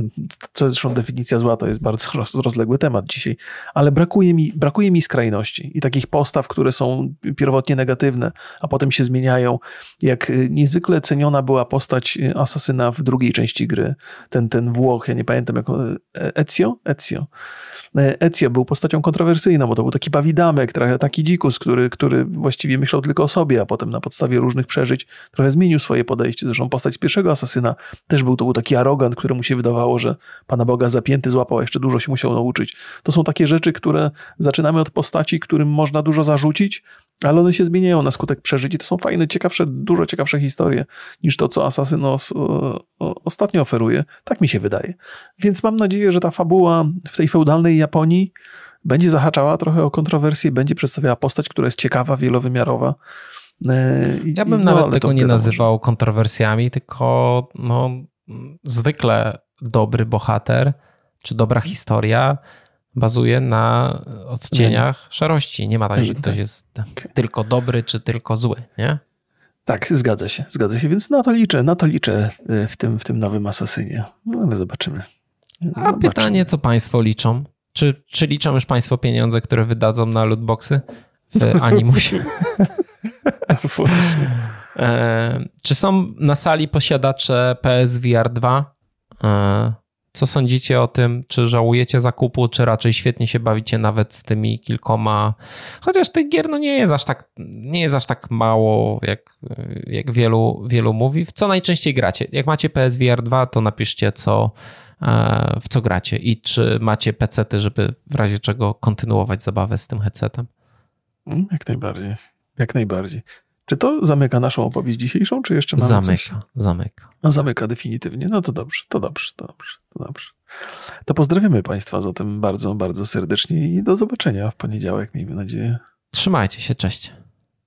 co zresztą definicja zła to jest bardzo rozległy temat dzisiaj, ale brakuje mi, brakuje mi skrajności i takich postaw, które są pierwotnie negatywne, a potem się zmieniają. Jak niezwykle ceniona była postać asasyna w drugiej części gry. Ten, ten Włoch, ja nie pamiętam jak Ezio? Ezio. Ezio był postacią kontrowersyjną, bo to był taki bawidamek, trochę taki dzikus, który, który właściwie myślał tylko o sobie, a potem na podstawie różnych przeżyć trochę zmienił swoje podejście. Zresztą postać z pierwszego asasyna też był, to był taki arogant, któremu się wydawało, że Pana Boga zapięty złapał, a jeszcze dużo się musiał nauczyć. To są takie rzeczy, które zaczynamy od postaci, którym można dużo zarzucić, ale one się zmieniają na skutek przeżyć i to są fajne, ciekawsze, dużo ciekawsze historie niż to, co Asasyn os, o, o, ostatnio oferuje. Tak mi się wydaje. Więc mam nadzieję, że ta fabuła w tej feudalnej Japonii będzie zahaczała trochę o kontrowersję, będzie przedstawiała postać, która jest ciekawa, wielowymiarowa. I, ja bym no, nawet tego nie nazywał może kontrowersjami, tylko no, zwykle dobry bohater czy dobra historia bazuje na odcieniach nie. szarości. Nie ma tak, że ktoś jest okay. tylko dobry, czy tylko zły, nie? Tak, zgadza się, zgadza się, więc na to liczę, na to liczę w tym, w tym nowym Asasynie. No ale zobaczymy. zobaczymy. A pytanie, co państwo liczą? Czy, czy liczą już państwo pieniądze, które wydadzą na lootboxy w Animusie? Właśnie. E, czy są na sali posiadacze P S V R dwa? E, Co sądzicie o tym? Czy żałujecie zakupu, czy raczej świetnie się bawicie nawet z tymi kilkoma? Chociaż tych gier no nie jest aż tak, nie jest aż tak mało, jak, jak wielu, wielu mówi. W co najczęściej gracie? Jak macie P S V R dwa, to napiszcie, co, w co gracie i czy macie pecety, żeby w razie czego kontynuować zabawę z tym headsetem. Jak najbardziej. Jak najbardziej. Czy to zamyka naszą opowieść dzisiejszą, czy jeszcze mamy zamyka, coś? Zamyka, No, zamyka definitywnie. No to dobrze, to dobrze, to dobrze, to dobrze. To pozdrawiamy Państwa zatem bardzo, bardzo serdecznie i do zobaczenia w poniedziałek, miejmy nadzieję. Trzymajcie się, cześć.